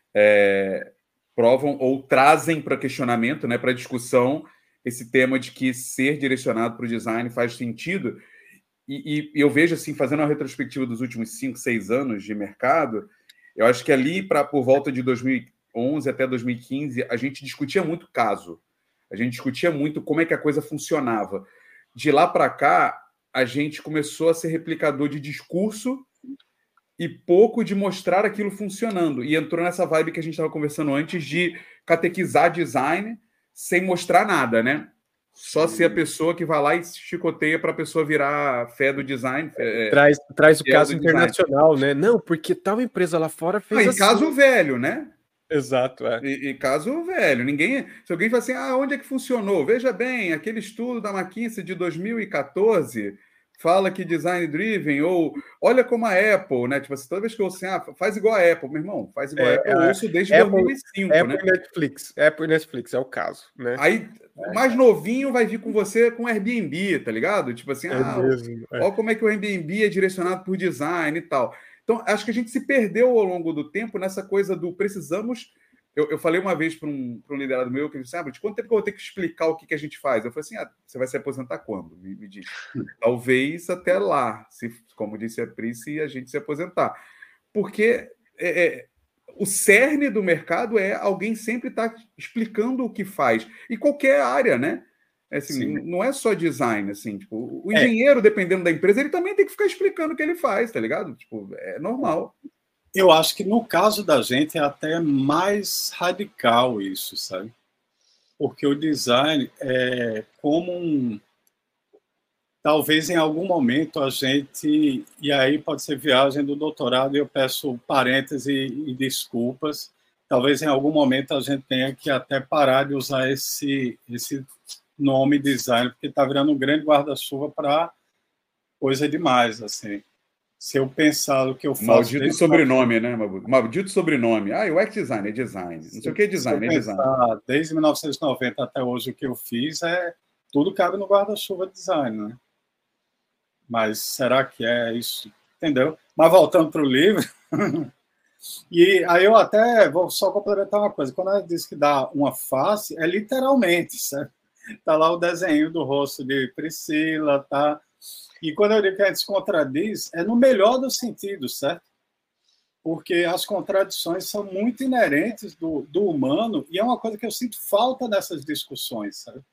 ou trazem para questionamento, né, para discussão, esse tema de que ser direcionado para o design faz sentido. E eu vejo, assim, fazendo uma retrospectiva dos últimos 5, 6 anos de mercado, eu acho que ali, por volta de 2011 até 2015, a gente discutia muito caso. A gente discutia muito como é que a coisa funcionava. De lá para cá, a gente começou a ser replicador de discurso e pouco de mostrar aquilo funcionando. E entrou nessa vibe que a gente estava conversando antes de catequizar design sem mostrar nada, né? Só ser a pessoa que vai lá e chicoteia para a pessoa virar fé do design. Traz o caso internacional, né? Não, porque tal empresa lá fora fez assim. E caso velho, né? Exato, E caso velho. Ninguém. Se alguém fala assim, onde é que funcionou? Veja bem, aquele estudo da McKinsey de 2014 fala que design driven, ou olha como a Apple, né? Tipo assim, toda vez que eu ouço assim, faz igual a Apple, meu irmão, faz igual a Apple, eu ouço desde 2005, Apple né? Apple e Netflix, é o caso, né? Aí, o mais novinho vai vir com você com Airbnb, tá ligado? Tipo assim, olha como é que o Airbnb é direcionado por design e tal. Então, acho que a gente se perdeu ao longo do tempo nessa coisa do precisamos. Eu falei uma vez para um liderado meu que ele disse: de quanto tempo que eu vou ter que explicar o que a gente faz? Eu falei assim: você vai se aposentar quando? Me diz. Talvez até lá, como disse a Pri, se a gente se aposentar. Porque o cerne do mercado é alguém sempre estar explicando o que faz. E qualquer área, né? Assim, não é só design, assim, tipo, o engenheiro, dependendo da empresa, ele também tem que ficar explicando o que ele faz, tá ligado? Tipo, é normal. Eu acho que no caso da gente é até mais radical isso, sabe? Porque o design é como talvez em algum momento a gente, e aí pode ser viagem do doutorado, e eu peço parêntese e desculpas, talvez em algum momento a gente tenha que até parar de usar esse nome design, porque está virando um grande guarda-chuva para coisa demais, assim. Se eu pensar o que eu faço... Maldito sobrenome, né, Mabuto? Maldito sobrenome. O UX design é design. Não sei o que é design, é design. Desde 1990 até hoje, o que eu fiz tudo cabe no guarda-chuva design, né? Mas será que é isso? Entendeu? Mas voltando para o livro... E aí eu até vou só complementar uma coisa. Quando ela diz que dá uma face, é literalmente, certo? Tá lá o desenho do rosto de Priscila, tá? E quando eu digo que a gente se contradiz, é no melhor dos sentidos, certo? Porque as contradições são muito inerentes do humano e é uma coisa que eu sinto falta nessas discussões, sabe?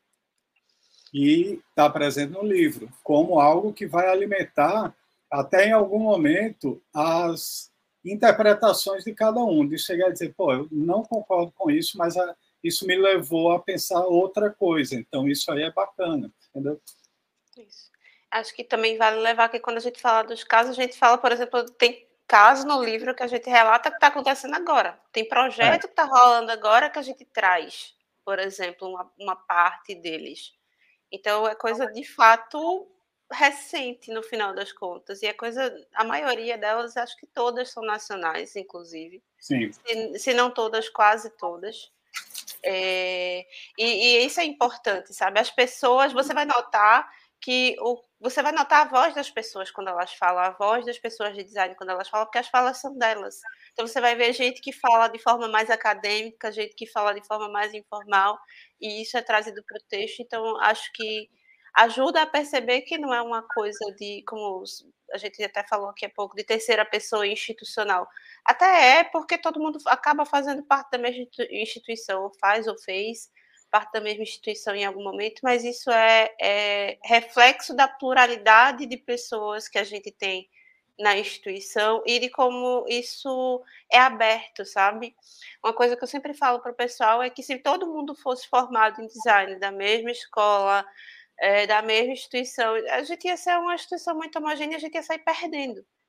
E está presente no livro, como algo que vai alimentar, até em algum momento, as interpretações de cada um, de chegar a dizer, pô, eu não concordo com isso, mas isso me levou a pensar outra coisa, então isso aí é bacana, entendeu? Isso. Acho que também vale levar que quando a gente fala dos casos, a gente fala, por exemplo, tem caso no livro que a gente relata que está acontecendo agora, tem projeto que está rolando agora que a gente traz, por exemplo, uma parte deles. Então, é coisa de fato recente, no final das contas. E é coisa, a maioria delas, acho que todas são nacionais, inclusive. Sim. Se não todas, quase todas. E isso é importante, sabe? As pessoas, você vai notar você vai notar a voz das pessoas quando elas falam, a voz das pessoas de design quando elas falam, porque as falas são delas. Então você vai ver gente que fala de forma mais acadêmica, gente que fala de forma mais informal, e isso é trazido para o texto. Então acho que ajuda a perceber que não é uma coisa de, como a gente até falou aqui há pouco, de terceira pessoa institucional. Até porque todo mundo acaba fazendo parte da mesma instituição, ou faz ou fez parte da mesma instituição em algum momento, mas isso é reflexo da pluralidade de pessoas que a gente tem na instituição e de como isso é aberto, sabe? Uma coisa que eu sempre falo para o pessoal é que se todo mundo fosse formado em design da mesma escola, da mesma instituição, a gente ia ser uma instituição muito homogênea, a gente ia sair perdendo.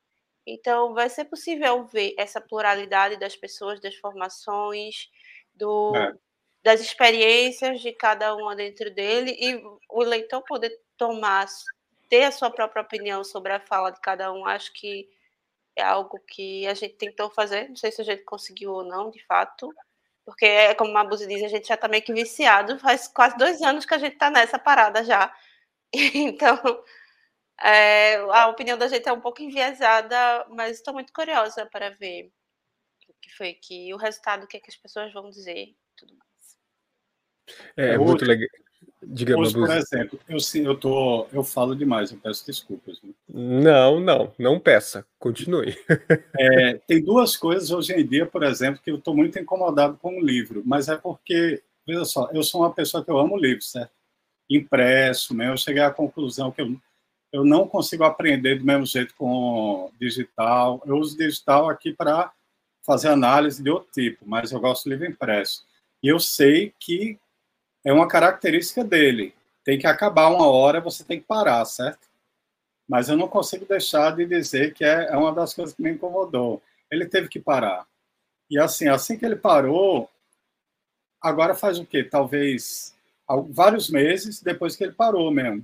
Então, vai ser possível ver essa pluralidade das pessoas, das formações, das experiências de cada uma dentro dele, e o leitor poder ter a sua própria opinião sobre a fala de cada um. Acho que é algo que a gente tentou fazer, não sei se a gente conseguiu ou não, de fato, porque, como a Mabuse diz, a gente já está meio que viciado, faz quase 2 anos que a gente está nessa parada já. Então, a opinião da gente é um pouco enviesada, mas estou muito curiosa para ver o que foi o resultado, o que é que as pessoas vão dizer e tudo mais. É muito legal. Diga, hoje, por Mabuse. exemplo, eu falo demais, eu peço desculpas. Né? Não peça, continue. Tem 2 coisas hoje em dia, por exemplo, que eu estou muito incomodado com o livro, mas é porque, veja só, eu sou uma pessoa que eu amo livros, certo? Impresso, né? Eu cheguei à conclusão que eu não consigo aprender do mesmo jeito com digital. Eu uso digital aqui para fazer análise de outro tipo, mas eu gosto de livro impresso. E eu sei que é uma característica dele. Tem que acabar uma hora, você tem que parar, certo? Mas eu não consigo deixar de dizer que é uma das coisas que me incomodou. Ele teve que parar. E assim que ele parou, agora faz o quê? Talvez vários meses depois que ele parou mesmo.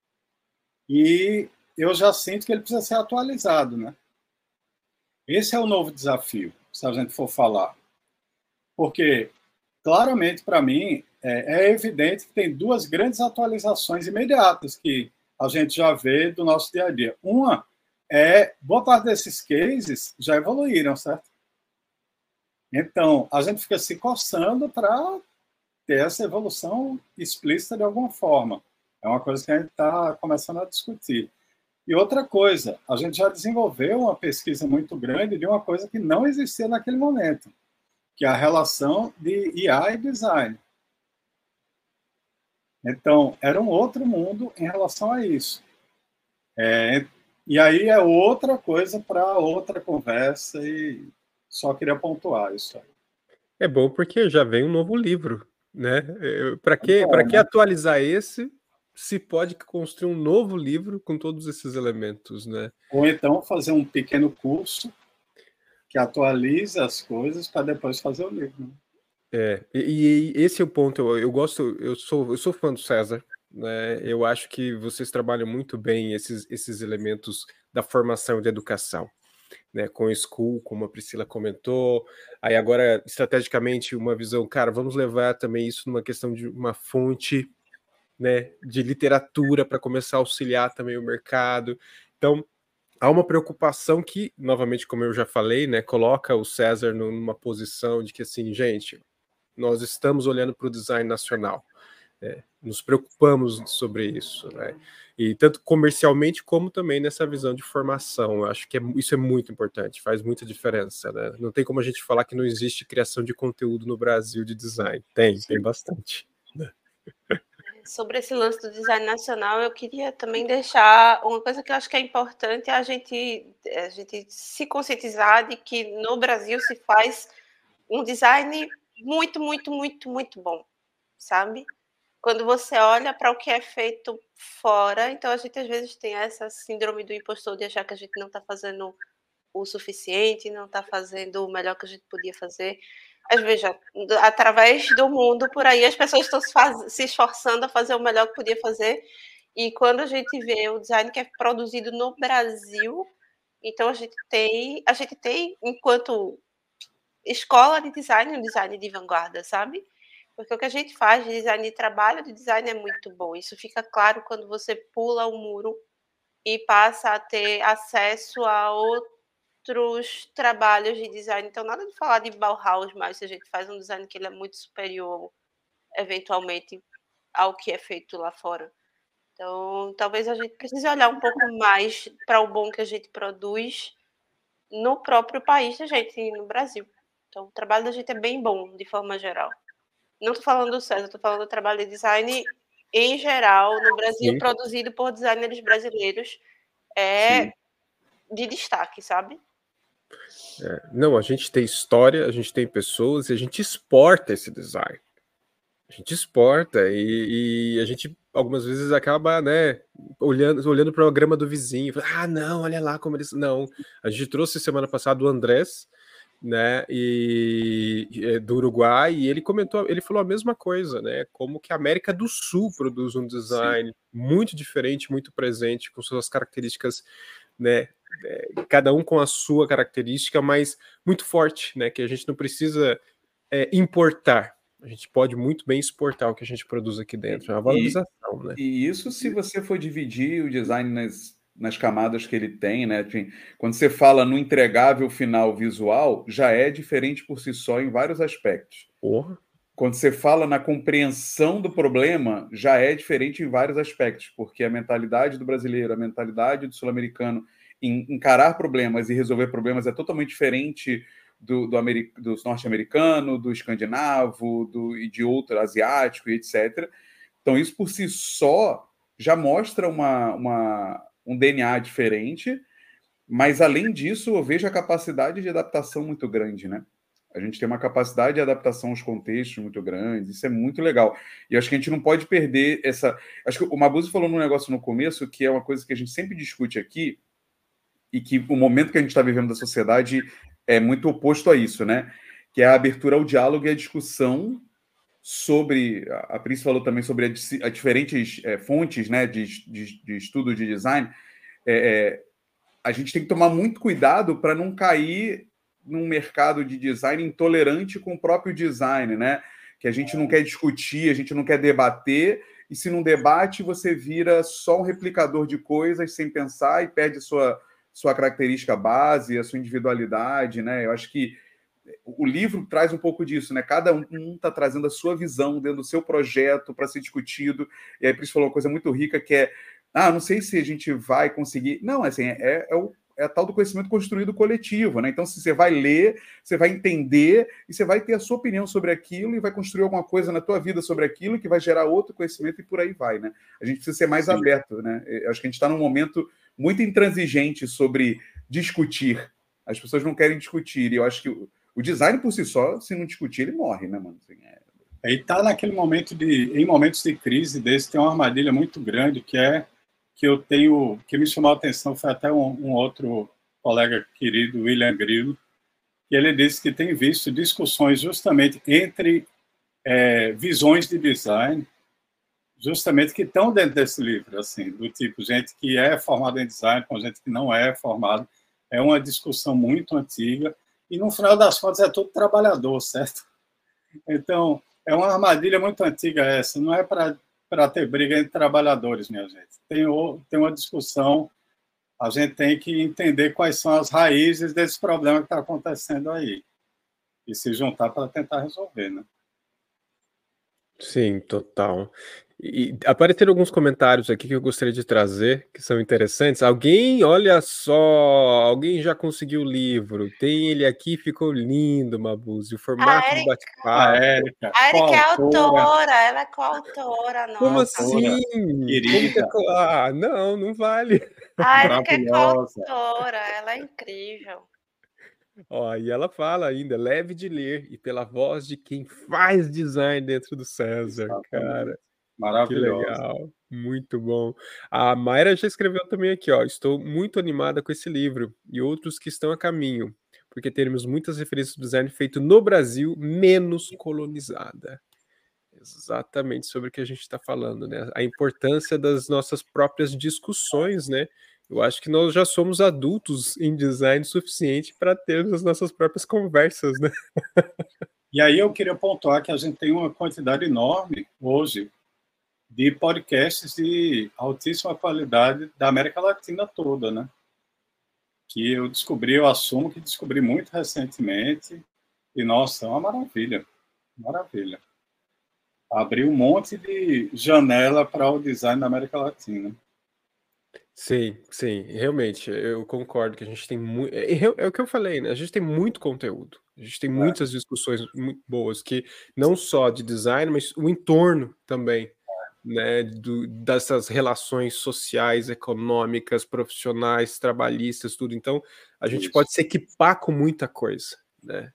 E eu já sinto que ele precisa ser atualizado, né? Esse é o novo desafio, se a gente for falar. Porque, claramente, para mim, é evidente que tem 2 grandes atualizações imediatas que a gente já vê do nosso dia a dia. Uma boa parte desses cases já evoluíram, certo? Então, a gente fica se coçando para ter essa evolução explícita de alguma forma. É uma coisa que a gente está começando a discutir. E outra coisa, a gente já desenvolveu uma pesquisa muito grande de uma coisa que não existia naquele momento, que é a relação de IA e design. Então, era um outro mundo em relação a isso. E aí é outra coisa para outra conversa, e só queria pontuar isso aí. É bom porque já vem um novo livro, né? Para que atualizar esse, se pode construir um novo livro com todos esses elementos, né? Ou então fazer um pequeno curso que atualize as coisas para depois fazer o livro. Né? E esse é o ponto. Eu sou fã do César, né? Eu acho que vocês trabalham muito bem esses elementos da formação e da educação, né? Com o School, como a Priscila comentou. Aí agora, estrategicamente, uma visão, cara, vamos levar também isso numa questão de uma fonte, né, de literatura para começar a auxiliar também o mercado. Então, há uma preocupação que, novamente, como eu já falei, né, coloca o César numa posição de que, assim, gente, nós estamos olhando para o design nacional, nos preocupamos sobre isso, né? E tanto comercialmente como também nessa visão de formação. Eu acho que isso é muito importante, faz muita diferença, né? Não tem como a gente falar que não existe criação de conteúdo no Brasil de design. Tem bastante. Né? Sobre esse lance do design nacional, eu queria também deixar uma coisa que eu acho que é importante, a gente se conscientizar de que no Brasil se faz um design muito, muito, muito, muito bom, sabe? Quando você olha para o que é feito fora, então a gente às vezes tem essa síndrome do impostor de achar que a gente não está fazendo o suficiente, não está fazendo o melhor que a gente podia fazer. Mas veja, através do mundo por aí, as pessoas estão se esforçando a fazer o melhor que podia fazer. E quando a gente vê o design que é produzido no Brasil, então a gente tem, enquanto escola de design, um design de vanguarda, sabe? Porque o que a gente faz de design de trabalho, de design é muito bom. Isso fica claro quando você pula o muro e passa a ter acesso a outros trabalhos de design. Então, nada de falar de Bauhaus, mas se a gente faz um design que ele é muito superior, eventualmente, ao que é feito lá fora. Então, talvez a gente precise olhar um pouco mais para o bom que a gente produz no próprio país da gente, no Brasil. Então, o trabalho da gente é bem bom, de forma geral. Não estou falando do César, estou falando do trabalho de design em geral, no Brasil, Sim. produzido por designers brasileiros, de destaque, sabe? Não, a gente tem história, a gente tem pessoas e a gente exporta esse design. A gente exporta e a gente algumas vezes acaba, né, olhando para a grama do vizinho, não, olha lá como eles... Não, a gente trouxe semana passada o Andrés, né, do Uruguai, e ele falou a mesma coisa, né, como que a América do Sul produz um design muito diferente, muito presente, com suas características, né, cada um com a sua característica, mas muito forte, né, que a gente não precisa importar. A gente pode muito bem exportar o que a gente produz aqui dentro. É uma valorização, né? E isso se você for dividir o design nas camadas que ele tem, né? Quando você fala no entregável final visual, já é diferente por si só em vários aspectos. Porra. Quando você fala na compreensão do problema, já é diferente em vários aspectos, porque a mentalidade do brasileiro, a mentalidade do sul-americano em encarar problemas e resolver problemas é totalmente diferente do norte-americano, do escandinavo, e de outro, asiático, e etc. Então, isso por si só já mostra um DNA diferente, mas, além disso, eu vejo a capacidade de adaptação muito grande, né? A gente tem uma capacidade de adaptação aos contextos muito grande, isso é muito legal. E eu acho que a gente não pode perder essa... Acho que o Mabuse falou num negócio no começo, que é uma coisa que a gente sempre discute aqui, e que o momento que a gente está vivendo da sociedade é muito oposto a isso, né? Que é a abertura ao diálogo e à discussão sobre... A Pris falou também sobre as diferentes fontes, né, de estudo de design. A gente tem que tomar muito cuidado para não cair num mercado de design intolerante com o próprio design, né? Que a gente não quer discutir, a gente não quer debater, e se não debate, você vira só um replicador de coisas sem pensar e perde sua característica base, a sua individualidade, né? Eu acho que o livro traz um pouco disso, né? Cada um está trazendo a sua visão dentro do seu projeto para ser discutido, e aí por isso falou uma coisa muito rica, que é não sei se a gente vai conseguir... Não, assim, é a tal do conhecimento construído coletivo, né? Então, se você vai ler, você vai entender e você vai ter a sua opinião sobre aquilo e vai construir alguma coisa na tua vida sobre aquilo que vai gerar outro conhecimento e por aí vai, né? A gente precisa ser mais aberto, né? Eu acho que a gente está num momento muito intransigente sobre discutir. As pessoas não querem discutir, e eu acho que o design por si só, se não discutir, ele morre, né, mano? Assim, Aí tá naquele momento em momentos de crise desse, tem uma armadilha muito grande que me chamou a atenção, foi até um outro colega querido, William Grillo, e ele disse que tem visto discussões justamente entre visões de design, justamente que estão dentro desse livro, assim, do tipo, gente que é formada em design com gente que não é formada. É uma discussão muito antiga, e no final das contas é todo trabalhador, certo? Então, é uma armadilha muito antiga essa, não é para ter briga entre trabalhadores, minha gente. Tem uma discussão, a gente tem que entender quais são as raízes desse problema que está acontecendo aí e se juntar para tentar resolver, né? Sim, total. E apareceram alguns comentários aqui que eu gostaria de trazer, que são interessantes. Olha só, alguém já conseguiu o livro. Tem ele aqui, ficou lindo, Mabuse. O formato do bate-papo. A Érica é autora, ela é coautora, nossa. Como assim? Querida. Não vale. A Érica é coautora, ela é incrível. E ela fala ainda, leve de ler, e pela voz de quem faz design dentro do César. Exatamente. Cara. Maravilhoso. Que legal, muito bom. A Mayra já escreveu também aqui, estou muito animada com esse livro e outros que estão a caminho, porque teremos muitas referências do design feito no Brasil, menos colonizada. Exatamente sobre o que a gente está falando, né? A importância das nossas próprias discussões, né? Eu acho que nós já somos adultos em design suficiente para termos as nossas próprias conversas, né? E aí eu queria pontuar que a gente tem uma quantidade enorme hoje de podcasts de altíssima qualidade da América Latina toda, né? Que eu assumo que descobri muito recentemente, e, nossa, é uma maravilha, maravilha. Abriu um monte de janela para o design da América Latina. Sim, realmente, eu concordo que a gente tem muito... É o que eu falei, né? A gente tem muito conteúdo, a gente tem muitas discussões muito boas, que não só de design, mas o entorno também, né? Dessas relações sociais, econômicas, profissionais, trabalhistas, tudo. Então, a gente pode se equipar com muita coisa, né?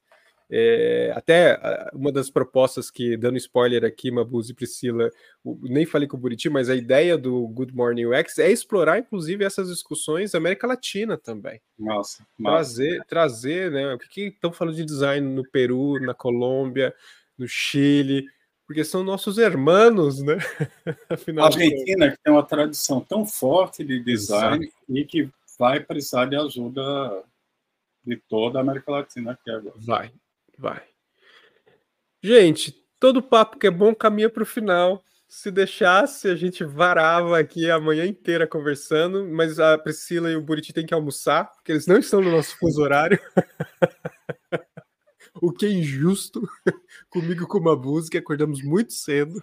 Até uma das propostas que, dando spoiler aqui, Mabuse e Priscila, nem falei com o Buriti, mas a ideia do Good Morning UX é explorar, inclusive, essas discussões da América Latina também. Nossa. Trazer, né? O que estão falando de design no Peru, na Colômbia, no Chile, porque são nossos irmãos, né? A Argentina, que tem uma tradição tão forte de design. Exato. E que vai precisar de ajuda de toda a América Latina aqui agora. Vai. Gente, todo papo que é bom caminha para o final. Se deixasse, a gente varava aqui a manhã inteira conversando, mas a Priscila e o Buriti têm que almoçar, porque eles não estão no nosso fuso horário. O que é injusto comigo com uma música, acordamos muito cedo.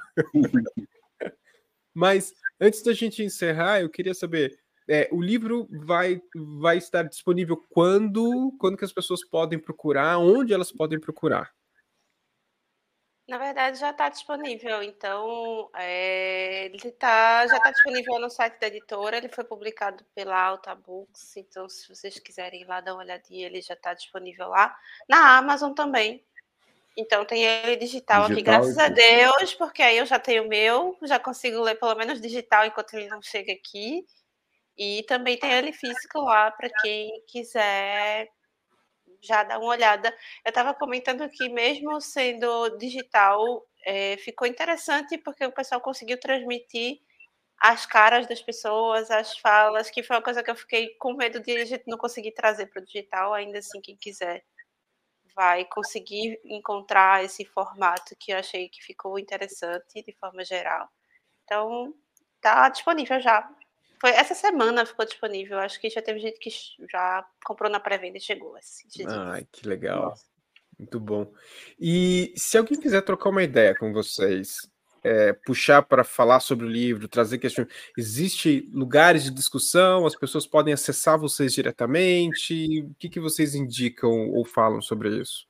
Mas antes da gente encerrar, eu queria saber, o livro vai estar disponível quando que as pessoas podem procurar, onde elas podem procurar? Na verdade, já está disponível, então ele já está disponível no site da editora, ele foi publicado pela Alta Books, então se vocês quiserem ir lá dar uma olhadinha, ele já está disponível lá. Na Amazon também, então tem ele digital aqui, graças a Deus, porque aí eu já tenho o meu, já consigo ler pelo menos digital enquanto ele não chega aqui, e também tem ele físico lá para quem quiser já dá uma olhada. Eu estava comentando que mesmo sendo digital, ficou interessante porque o pessoal conseguiu transmitir as caras das pessoas, as falas, que foi uma coisa que eu fiquei com medo de a gente não conseguir trazer para o digital. Ainda assim, quem quiser vai conseguir encontrar esse formato que eu achei que ficou interessante de forma geral. Então, está disponível já. Foi essa semana ficou disponível. Acho que já teve gente que já comprou na pré-venda e chegou. Assim, Ai, que legal. Muito bom. E se alguém quiser trocar uma ideia com vocês, puxar para falar sobre o livro, trazer questões, existe lugares de discussão? As pessoas podem acessar vocês diretamente? O que vocês indicam ou falam sobre isso?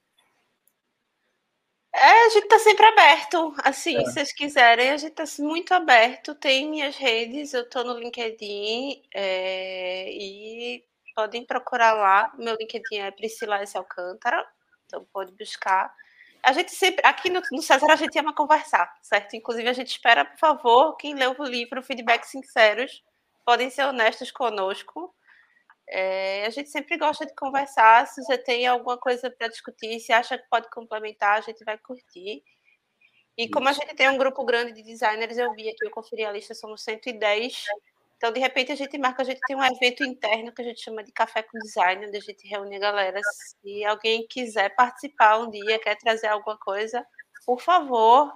A gente está sempre aberto, assim, se vocês quiserem, a gente está muito aberto, tem minhas redes, eu estou no LinkedIn, e podem procurar lá, meu LinkedIn é Priscila S. Alcântara, então pode buscar. A gente sempre, aqui no César, a gente ama conversar, certo? Inclusive, a gente espera, por favor, quem leu o livro, feedbacks sinceros, podem ser honestos conosco. A gente sempre gosta de conversar. Se você tem alguma coisa para discutir, se acha que pode complementar, a gente vai curtir. E como a gente tem um grupo grande de designers, eu vi aqui, eu conferi a lista, somos 110. Então, de repente, a gente tem um evento interno que a gente chama de Café com Design, onde a gente reúne a galera. Se alguém quiser participar um dia, quer trazer alguma coisa, por favor,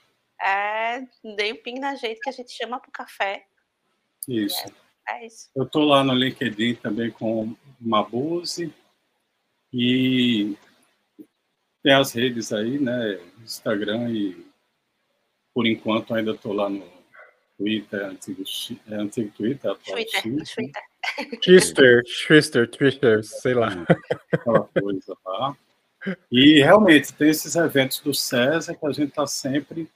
dê um ping na gente que a gente chama para o café. Isso. É isso. Eu estou lá no LinkedIn também com Mabuse e tem as redes aí, né? Instagram e por enquanto ainda estou lá no Twitter, antigo Twitter, atual Twitter, sei lá. Aquela coisa lá. E realmente tem esses eventos do César que a gente está sempre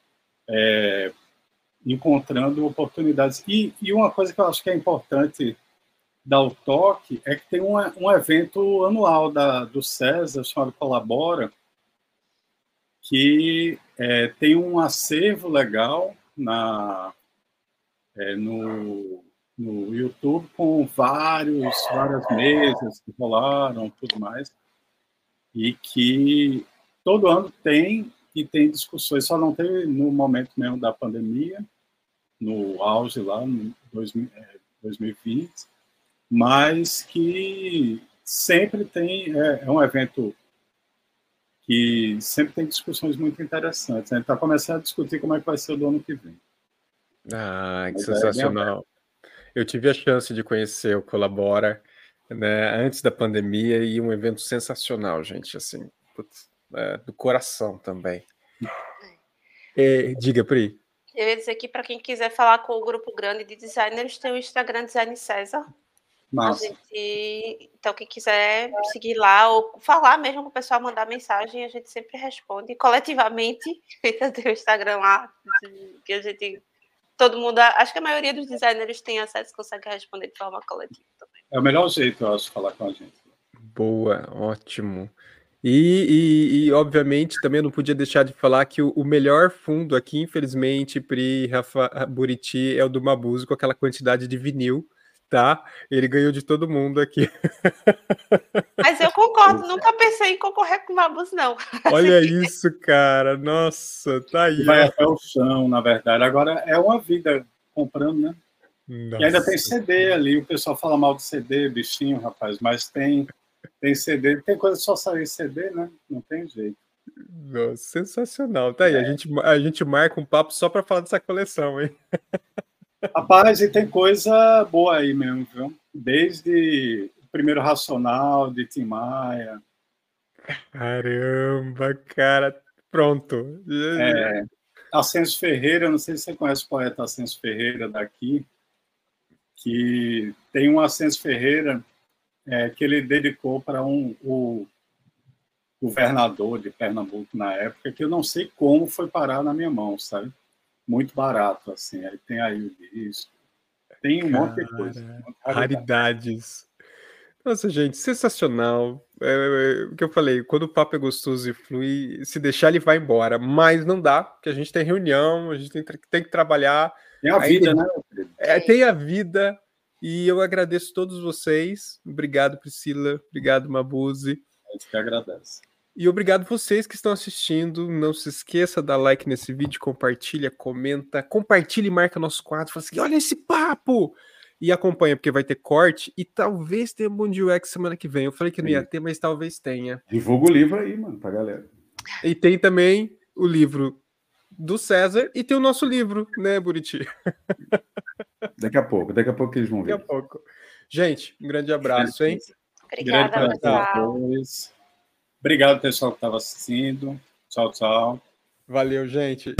encontrando oportunidades. E uma coisa que eu acho que é importante dar o toque é que tem um evento anual do César, chamado Colabora, que tem um acervo legal no YouTube com várias mesas que rolaram, tudo mais, e que todo ano tem discussões, só não teve no momento mesmo da pandemia, no auge lá, em 2020, mas que sempre tem, é um evento que sempre tem discussões muito interessantes. A gente está começando a discutir como é que vai ser o do ano que vem. Ah, que sensacional. Eu tive a chance de conhecer o Colabora, né, antes da pandemia, e um evento sensacional, gente, assim, do coração também. Diga, Pri. Eu ia dizer que para quem quiser falar com o grupo grande de designers, tem o Instagram Design César. Então, quem quiser seguir lá ou falar mesmo com o pessoal, mandar mensagem, a gente sempre responde coletivamente. Tem o Instagram lá, que a gente... Todo mundo, acho que a maioria dos designers tem acesso, consegue responder de forma coletiva também. É o melhor jeito, eu acho, de falar com a gente. Boa, ótimo. E, obviamente, também eu não podia deixar de falar que o melhor fundo aqui, infelizmente, Pri, Rafa, Buriti, é o do Mabuse, com aquela quantidade de vinil, tá? Ele ganhou de todo mundo aqui. Mas eu concordo, nunca pensei em concorrer com o Mabuse, não. Olha isso, cara. Nossa, tá aí. Vai até o chão, na verdade. Agora, é uma vida comprando, né? Nossa. E ainda tem CD ali. O pessoal fala mal de CD, bichinho, rapaz, mas tem CD. Tem coisa que só sair CD, né? Não tem jeito. Nossa, sensacional. Tá aí, a gente marca um papo só para falar dessa coleção, hein? Rapaz, e tem coisa boa aí mesmo, viu? Desde o primeiro Racional, de Tim Maia. Caramba, cara. Pronto. Ascenso Ferreira, não sei se você conhece o poeta Ascenso Ferreira daqui, que tem um Ascenso Ferreira que ele dedicou para o governador de Pernambuco na época, que eu não sei como foi parar na minha mão, sabe? Muito barato, assim. Aí tem aí o disco. Tem um monte de coisa. Raridades. Nossa, gente, sensacional. O que eu falei, quando o papo é gostoso e flui, se deixar ele vai embora. Mas não dá, porque a gente tem reunião, a gente tem que trabalhar. Tem a vida, né? Tem a vida. E eu agradeço todos vocês. Obrigado, Priscila. Obrigado, Mabuse. A gente que agradece. E obrigado vocês que estão assistindo. Não se esqueça, dá like nesse vídeo, compartilha, comenta, compartilha e marca nosso quadro. Fala assim, olha esse papo! E acompanha, porque vai ter corte e talvez tenha Bom Dia UX semana que vem. Eu falei que não ia ter, mas talvez tenha. Divulga o livro aí, mano, pra galera. E tem também o livro do César e tem o nosso livro, né, Buriti? Daqui a pouco que eles vão ver. Daqui a pouco. Gente, um grande abraço, hein? Obrigada, pessoal. Obrigado, pessoal que estava assistindo. Tchau, tchau. Valeu, gente.